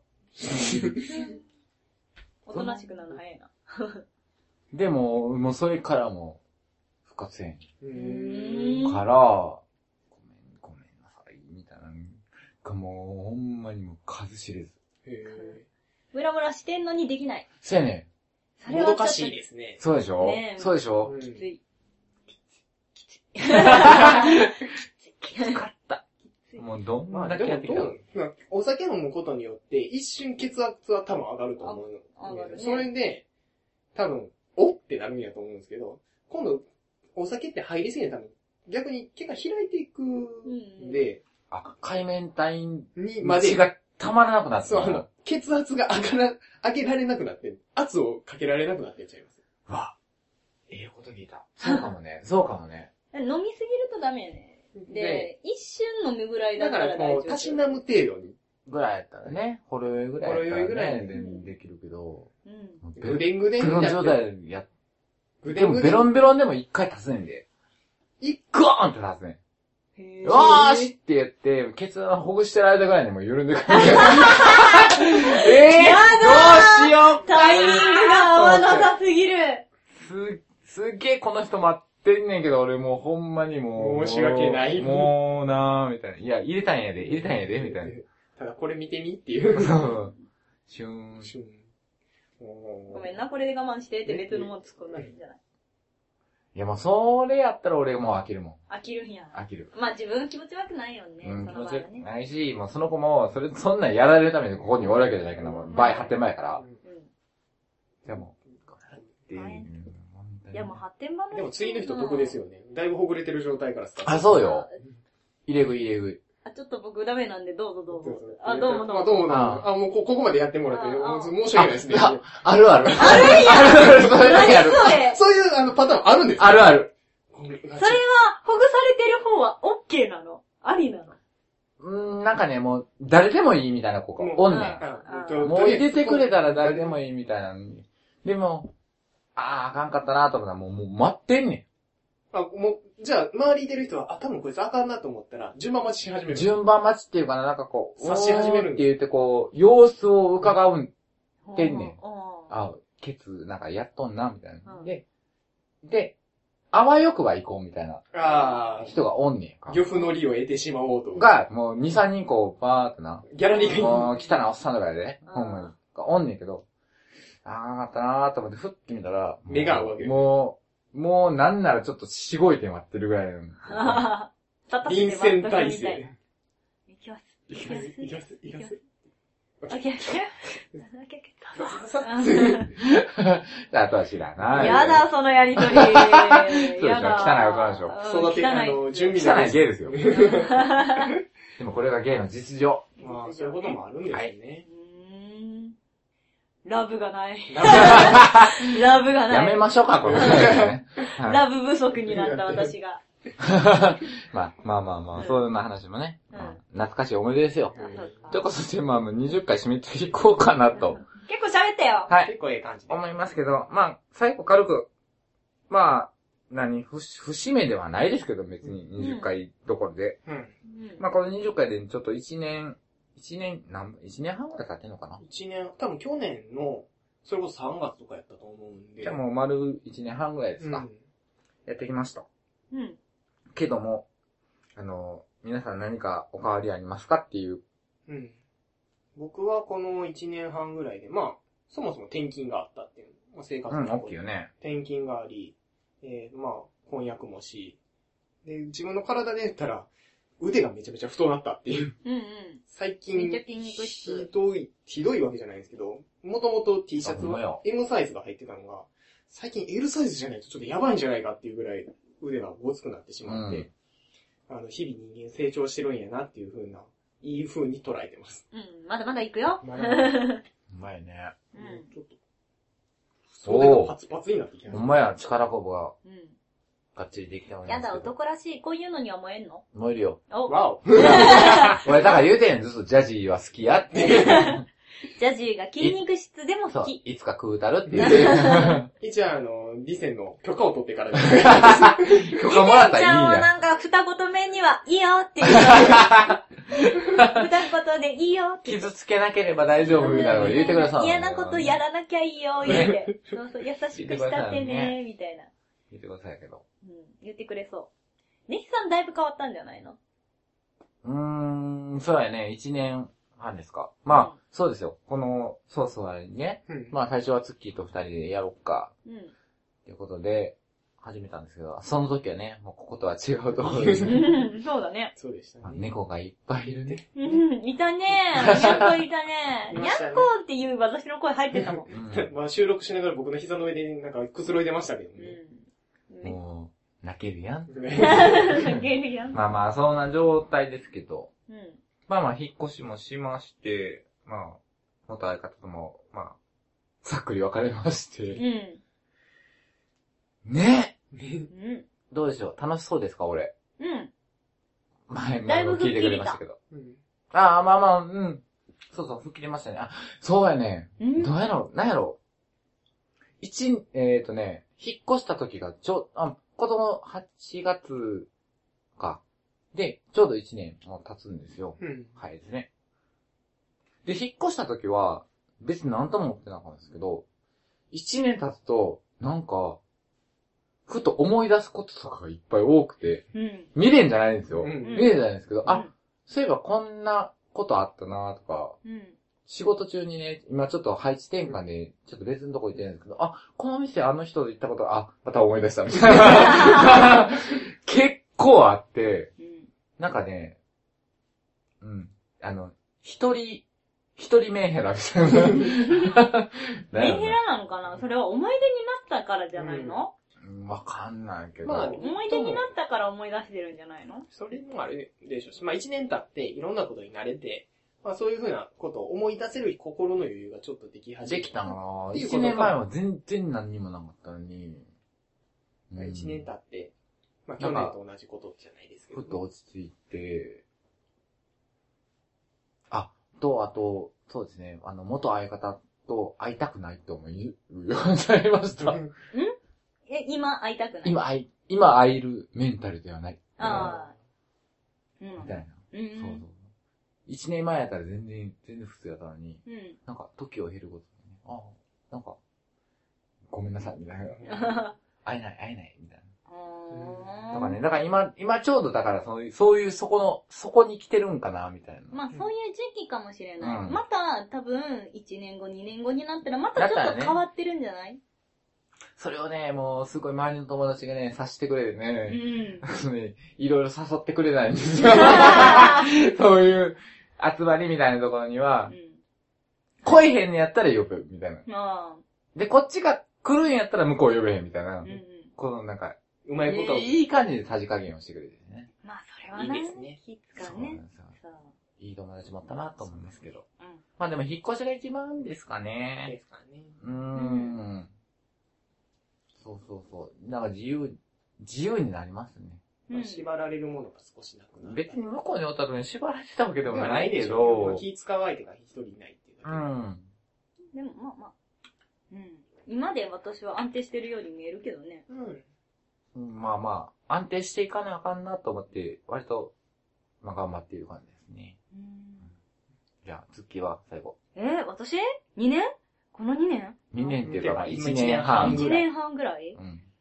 おとなしくなるの早いな。 でも、もうそれからも、復活せん。から、ごめんなさい、みたいな。もう、ほんまにもう数知れず。 ムラムラしてんのにできない。 そうやねん。もどかしいですね。 そうでしょ？そうでしょ？ きつい。 きつかった。もうどんだけやってきたの？ お酒飲むことによって、一瞬血圧は多分上がると思うの。上がるね。それで、多分、おってなるんやと思うんですけど、今度、お酒って入りすぎて多分、逆に毛が開いていくんで、 海面体にまで血がたまらなくなって。 そう、血圧が上げられなくなって、圧をかけられなくなってっちゃいます。 わ、こと聞いた。そうかもね。そうかもね。 飲みすぎるとダメやね。で、一瞬飲むぐらいだったら大丈夫。 だからこう、たしなむ程度に。 ぐらいやったらね、ほろ酔いぐらいやったらね、ぐらいできるけど、 ぐでんぐでんベロン状態や、でもベロンベロンでも一回立つねんで。ゴーンって立つねん。よーしって言って、ケツほぐしてる間ぐらいにもう緩んでくる。どうしようタイミングが合わなさすぎる。 すっげえこの人待ってんねんけど、俺もうほんまにもう。申し訳ない。 もうなーみたいな。いや、入れたんやで、みたいな。 ただこれ見てみっていう。 シューン。 ごめんな、これで我慢してって別のもの作るのいいんじゃない？ いや、もうそれやったら俺もう飽きるもん。 飽きるんや。 飽きる。 まあ自分気持ち悪くないよね。 気持ち悪くないし、もうその子も、そんなんやられるためにここにおるわけじゃないけど、倍発展前から。でも、 いやもう発展場の。 でも次の人得ですよね。だいぶほぐれてる状態からスタート。 あ、そうよ。入れ食い。 ちょっと僕ダメなんでどうぞ。どうも。 もうここまでやってもらって、申し訳ないですね。 ある。 あるんや。 そういうパターンあるんですか？ ある。 それは、ほぐされてる方は OK なの？ありなの？ なんかね、もう、誰でもいいみたいな子がおんねん。もう入れてくれたら誰でもいいみたいな。でも、あかんかったなと思ったら、もう待ってんねん。 じゃあ、周りにいてる人は、多分こいつあかんなと思ったら、順番待ちし始める。 順番待ちっていうかな、なんかこう、 察し始めるって言ってこう、様子を伺うんてんねん。ケツ、なんかやっとんな、みたいな。で、あわよくは行こう、みたいな。人がおんねんか。 漁夫の利を得てしまおうと。 が、もう2、3人こう、バーってな。 ギャラリーがもう、汚なおっさんとかでね。ほんまに。がおんねんけど、あったなーと思って、ふって見たら、 目が合うわけ。 もうなんならちょっとしごいて待ってるぐらいの。 臨戦態勢。 いきます。 あとは知らない。 やだ、そのやりとり。 そうでしょ、汚い大人でしょ。 育て、準備汚い芸ですよ。でもこれが芸の実情。 まあ、そういうこともあるんですよね。 ラブがない。ラブがない。 やめましょうか、これね。 ラブ不足になった私が。 まあ、そんな話もね。懐かしい思い出ですよ。ということで、20回締めていこうかなと。 結構喋ったよ。 はい。 結構ええ感じ。 思いますけど、最後軽く、節目ではないですけど、別に20回どころで。この20回でちょっと1年半ぐらい経ってんのかな ?1 年、多分去年の、それこそ3月とかやったと思うんで。 じゃあもう丸1年半ぐらいですか。やってきました。けども、皆さん何かお変わりありますかっていう。 僕はこの1年半ぐらいで、そもそも転勤があったっていう。生活の大きいよね。 転勤があり、婚約もし、で、自分の体で言ったら、腕がめちゃめちゃ太なったっていう。最近、ひどいわけじゃないんですけど、もともと T シャツは M サイズが入ってたのが、最近 L サイズじゃないとちょっとやばいんじゃないかっていうぐらい腕がごつくなってしまって、日々人間成長してるんやなっていう風な、いい風に捉えてます。 まだまだ行くよ。 うまいね。 ちょっと、袖がパツパツになってきた。 ほんまや、力こぶが。がっちりできてます。 やだ、男らしい。こういうのには燃えんの？ 燃えるよ。 わお。 俺、だから言うてん、ずっとジャジーは好きやって。 ジャジーが筋肉質でも好き。 いつか食うたるって言うて。 一応リセンの許可を取ってからです。 許可もらったらいいんや。リセンちゃんはなんか、二言目には、いいよって言う。二言でいいよって。 傷つけなければ大丈夫みたいなこと言ってください。 嫌なことやらなきゃいいよ、言って。そう、優しくしたってね、みたいな。 言ってくださいけど。 言ってくれそう。ネヒさんだいぶ変わったんじゃないの？ そうやね、1年半ですか。そうですよ。このソースはね、最初はツッキーと2人でやろっか。っていうことで、始めたんですけど、その時はね、もうこことは違うところで。 そうだね。 そうでしたね。 猫がいっぱいいるね。 いたね。にゃんこいたね。にゃんこっていう私の声入ってたもん。 収録しながら僕の膝の上でなんかくつろいでましたけどね。 もう、泣けるやん。 泣けるやん。 そんな状態ですけど。引っ越しもしまして、元相方とも、ざっくり別れまして。ねどうでしょう楽しそうですか俺。前も聞いてくれましたけど。そうそう、吹っ切れましたね。そうやね。どうやろうなんやろう引っ越した時が子供8月か。で、ちょうど1年も経つんですよ。はいですね。で、引っ越した時は、別に何とも思ってなかったんですけど、1年経つと、なんか、ふと思い出すこととかがいっぱい多くて、未練じゃないんですよ。未練じゃないんですけど、そういえばこんなことあったなとか、仕事中にね、今ちょっと配置転換で、ちょっと別のとこ行ってるんですけど、この店あの人と行ったこと、また思い出したみたいな。結構あって、なんかね、一人メンヘラみたいな。 メンヘラなのかなそれは思い出になったからじゃないの？ わかんないけど。 思い出になったから思い出してるんじゃないの？ それもあるでしょうし、1年経っていろんなことに慣れて、そういうふうなことを思い出せる心の余裕がちょっとでき始めた。 できたなぁ。1年前は全然何にもなかったのに。 1年経って、去年と同じことじゃないですけど。 ふっと落ち着いて、あと、そうですね、元相方と会いたくないと思うようになりました。 今会いたくない？ 今会えるメンタルではない。みたいな。そう。1年前やったら全然普通やったのに、なんか時を経ることにね、なんか、ごめんなさい、みたいな。会えない、みたいな。とかね、だから今ちょうどだからそういうそこに来てるんかな、みたいな。 そういう時期かもしれない。また多分、1年後、2年後になったらまたちょっと変わってるんじゃない？ それをね、もうすごい周りの友達がね、察してくれてね、いろいろ誘ってくれないんですよ。そういう、 集まりみたいなところには、来えへんのやったら呼ぶ、みたいな。で、こっちが来るんやったら向こう呼べへん、みたいな。このなんか、 うまいこと。 いい感じでさじ加減をしてくれてね。 まあ、それはね。いいですね。気使うね。 いい友達持ったなと思いますけど。まあでも引っ越しが一番ですかね。 ですかね。 そう。なんか自由になりますね。 縛られるものが少しなくなる。 別に向こうにおった時に縛られてたわけでもないけど。 気使う相手が一人いないっていうだけ。でもまあ。今で私は安定してるように見えるけどね。 まあ、安定していかなあかんなと思って、割と、まあ頑張っている感じですね。じゃあ、月は最後。 私 ?2 年この2年 ?2 年っていうか、1年半。 1年半ぐらい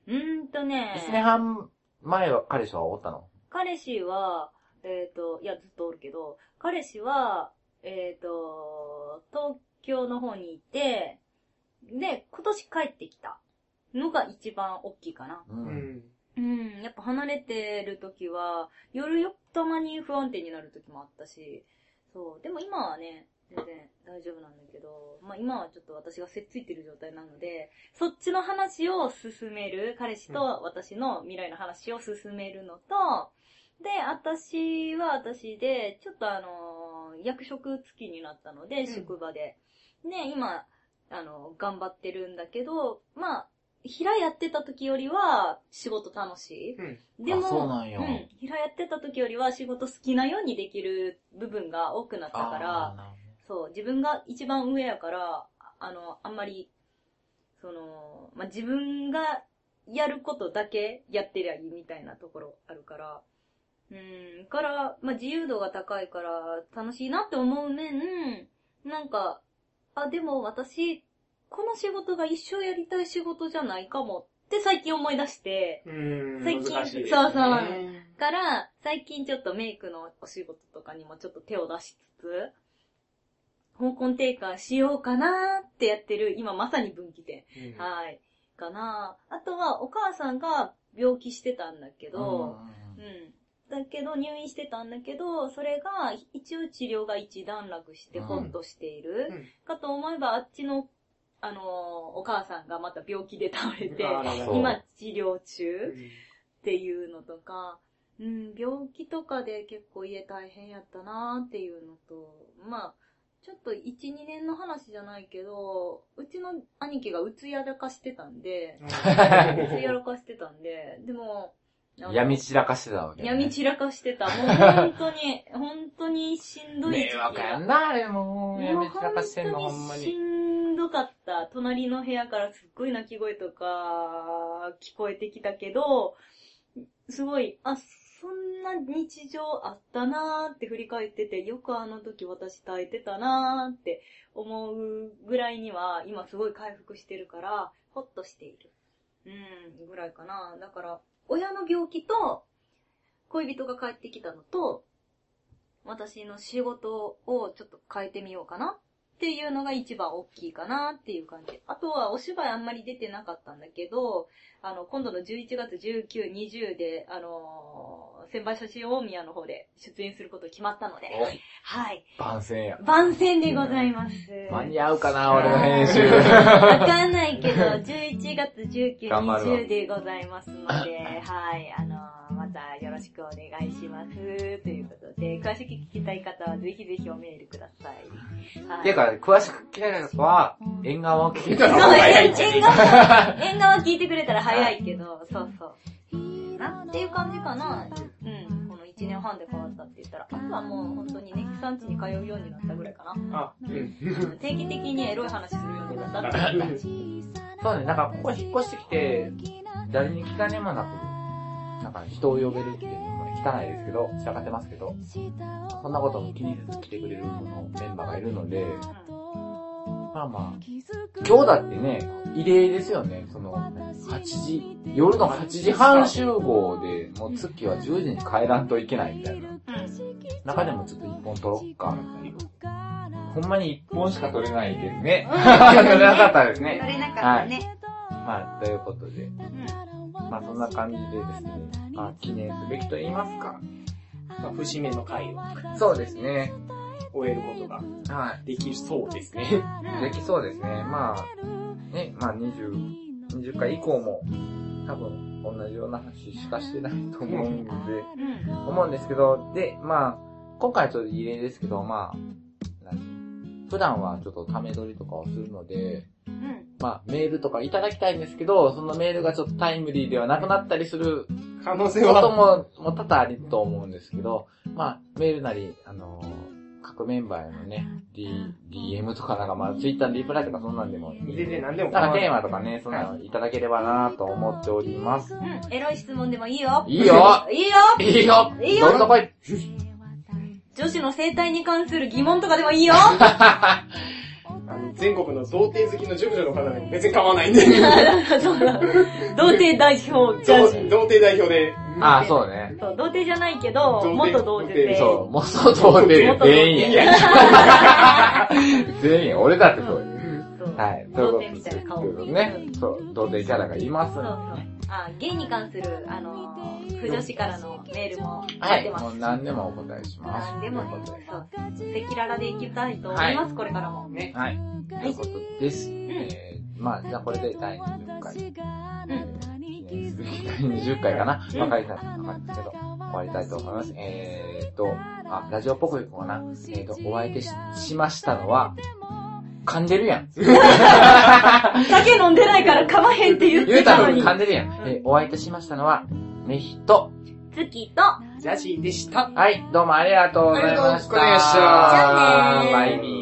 1年半前は彼氏はおったの？ 彼氏は、いや、ずっとおるけど、彼氏は、東京の方にいて、で、今年帰ってきたのが一番大きいかな。やっぱ離れてる時は、夜たまに不安定になる時もあったし、そう。でも今はね、全然大丈夫なんだけど、まあ今はちょっと私がせっついてる状態なので、そっちの話を進める、彼氏と私の未来の話を進めるのと、で、私は私で、ちょっと役職付きになったので、職場で。で、今、頑張ってるんだけど、まあ、平やってた時よりは仕事楽しい。でも、 そうなんよ。 平やってた時よりは仕事好きなようにできる部分が多くなったから、そう、自分が一番上やから、あんまり、まあ、自分がやることだけやってりゃいいみたいなところあるから、まあ、自由度が高いから楽しいなって思う面、なんか、でも私、この仕事が一生やりたい仕事じゃないかもって最近思い出して、最近、 難しいですね。 そう。から、最近ちょっとメイクのお仕事とかにもちょっと手を出しつつ、方向転換しようかなーってやってる、今まさに分岐点。はい。かな。あとは、お母さんが病気してたんだけど、だけど入院してたんだけど、それが一応治療が一段落してほっとしている、かと思えばあっちのお母さんがまた病気で倒れて今治療中っていうのとか、病気とかで結構家大変やったなーっていうのと、まあちょっと 1,2 年の話じゃないけど、うちの兄貴がうつやらかしてたんで、でも闇散らかしてたわけ、 ね。闇散らかしてた。もう本当にしんどい時期。 迷惑やんな、あれもう。闇散らかしてんの、ほんまに。 しんどかった。隣の部屋からすっごい泣き声とか聞こえてきたけど、すごい、そんな日常あったなーって振り返ってて、よくあの時私耐えてたなーって思うぐらいには、今すごい回復してるから、ほっとしている。ぐらいかな。だから、親の病気と、恋人が帰ってきたのと、私の仕事をちょっと変えてみようかなっていうのが一番大きいかなっていう感じ。あとはお芝居あんまり出てなかったんだけど、今度の11月19、20で、千葉写真大宮の方で出演すること決まったので、はい。 番宣や。 番宣でございます。 間に合うかな、俺の編集。 わかんないけど、11月19、20でございますので、はい。またよろしくお願いします。ということで、詳しく聞きたい方はぜひぜひおメールください。 はい、ていうか、詳しく聞きたい方は、縁側を聞いてくれたら早い。縁側聞いてくれたら早いけど、そう。っていう感じかな。この1年半で変わったって言ったら、あとはもう本当にネキさん家に通うようになったぐらいかな。定期的にエロい話するようになったって感じ。 そうね、なんかここ引っ越してきて、誰に聞かねもなく、なんか人を呼べるっていうのも汚いですけど、散らかってますけど、そんなことも気にせず来てくれるメンバーがいるので、まあ、今日だってね、異例ですよね。夜の8時半集合で、もう月は10時に帰らんといけないみたいな。中でもちょっと1本撮ろっか。ほんまに1本しか撮れないですね。撮れなかったですね。 撮れなかったね。 まあ、ということで。まあ、そんな感じでですね。まあ、記念すべきと言いますか。 節目の回を。 そうですね。 終えることができそうですね。 できそうですね。まあ、ね、まあ20回以降も、多分同じような話しかしてないと思うんですけど、で、まあ、今回はちょっと異例ですけど、まあ、普段はちょっとため撮りとかをするので、まあ、メールとかいただきたいんですけど、そのメールがちょっとタイムリーではなくなったりする可能性はことも多々ありと思うんですけど、まあ、メールなり、各メンバーへのね、DM とかなんかまあ、Twitter のリプライとかそんなんでもいい。 全然何でも。 なんかテーマとかね、そんなのいただければなと思っております。 エロい質問でもいいよ。 いいよいいよいいよいいよどんどこい女子の生態に関する疑問とかでもいいよ全国の童貞好きの熟女の方でも別に構わないんで。 そうだ。童貞代表ジャージ。 童貞代表で。 ああ、そうね。 そう、童貞じゃないけど、元童貞。 そう、元童貞全員や。全員、俺だってそう。はい。 童貞みたいな顔。 ね。そう、童貞キャラがいます。そうそう。 ゲイに関する、不女子からのメールも入ってます。 はい、もう何でもお答えします。 何でも、そう。赤裸々でいきたいと思います、これからも。 ね。はい。ということです。まあ、じゃあこれで第20回。第20回かなわかりたい。わかるんですけど、終わりたいと思います。ラジオっぽくいこうかな。お相手しましたのは、噛んでるやん。 酒飲んでないから噛まへんって言ってたのに。 言うたのに噛んでるやん。お相手しましたのは、メヒと、 月と、 ジャジーでした。 はい、どうもありがとうございました。 ありがとうございました。 じゃあねー。 バイビー。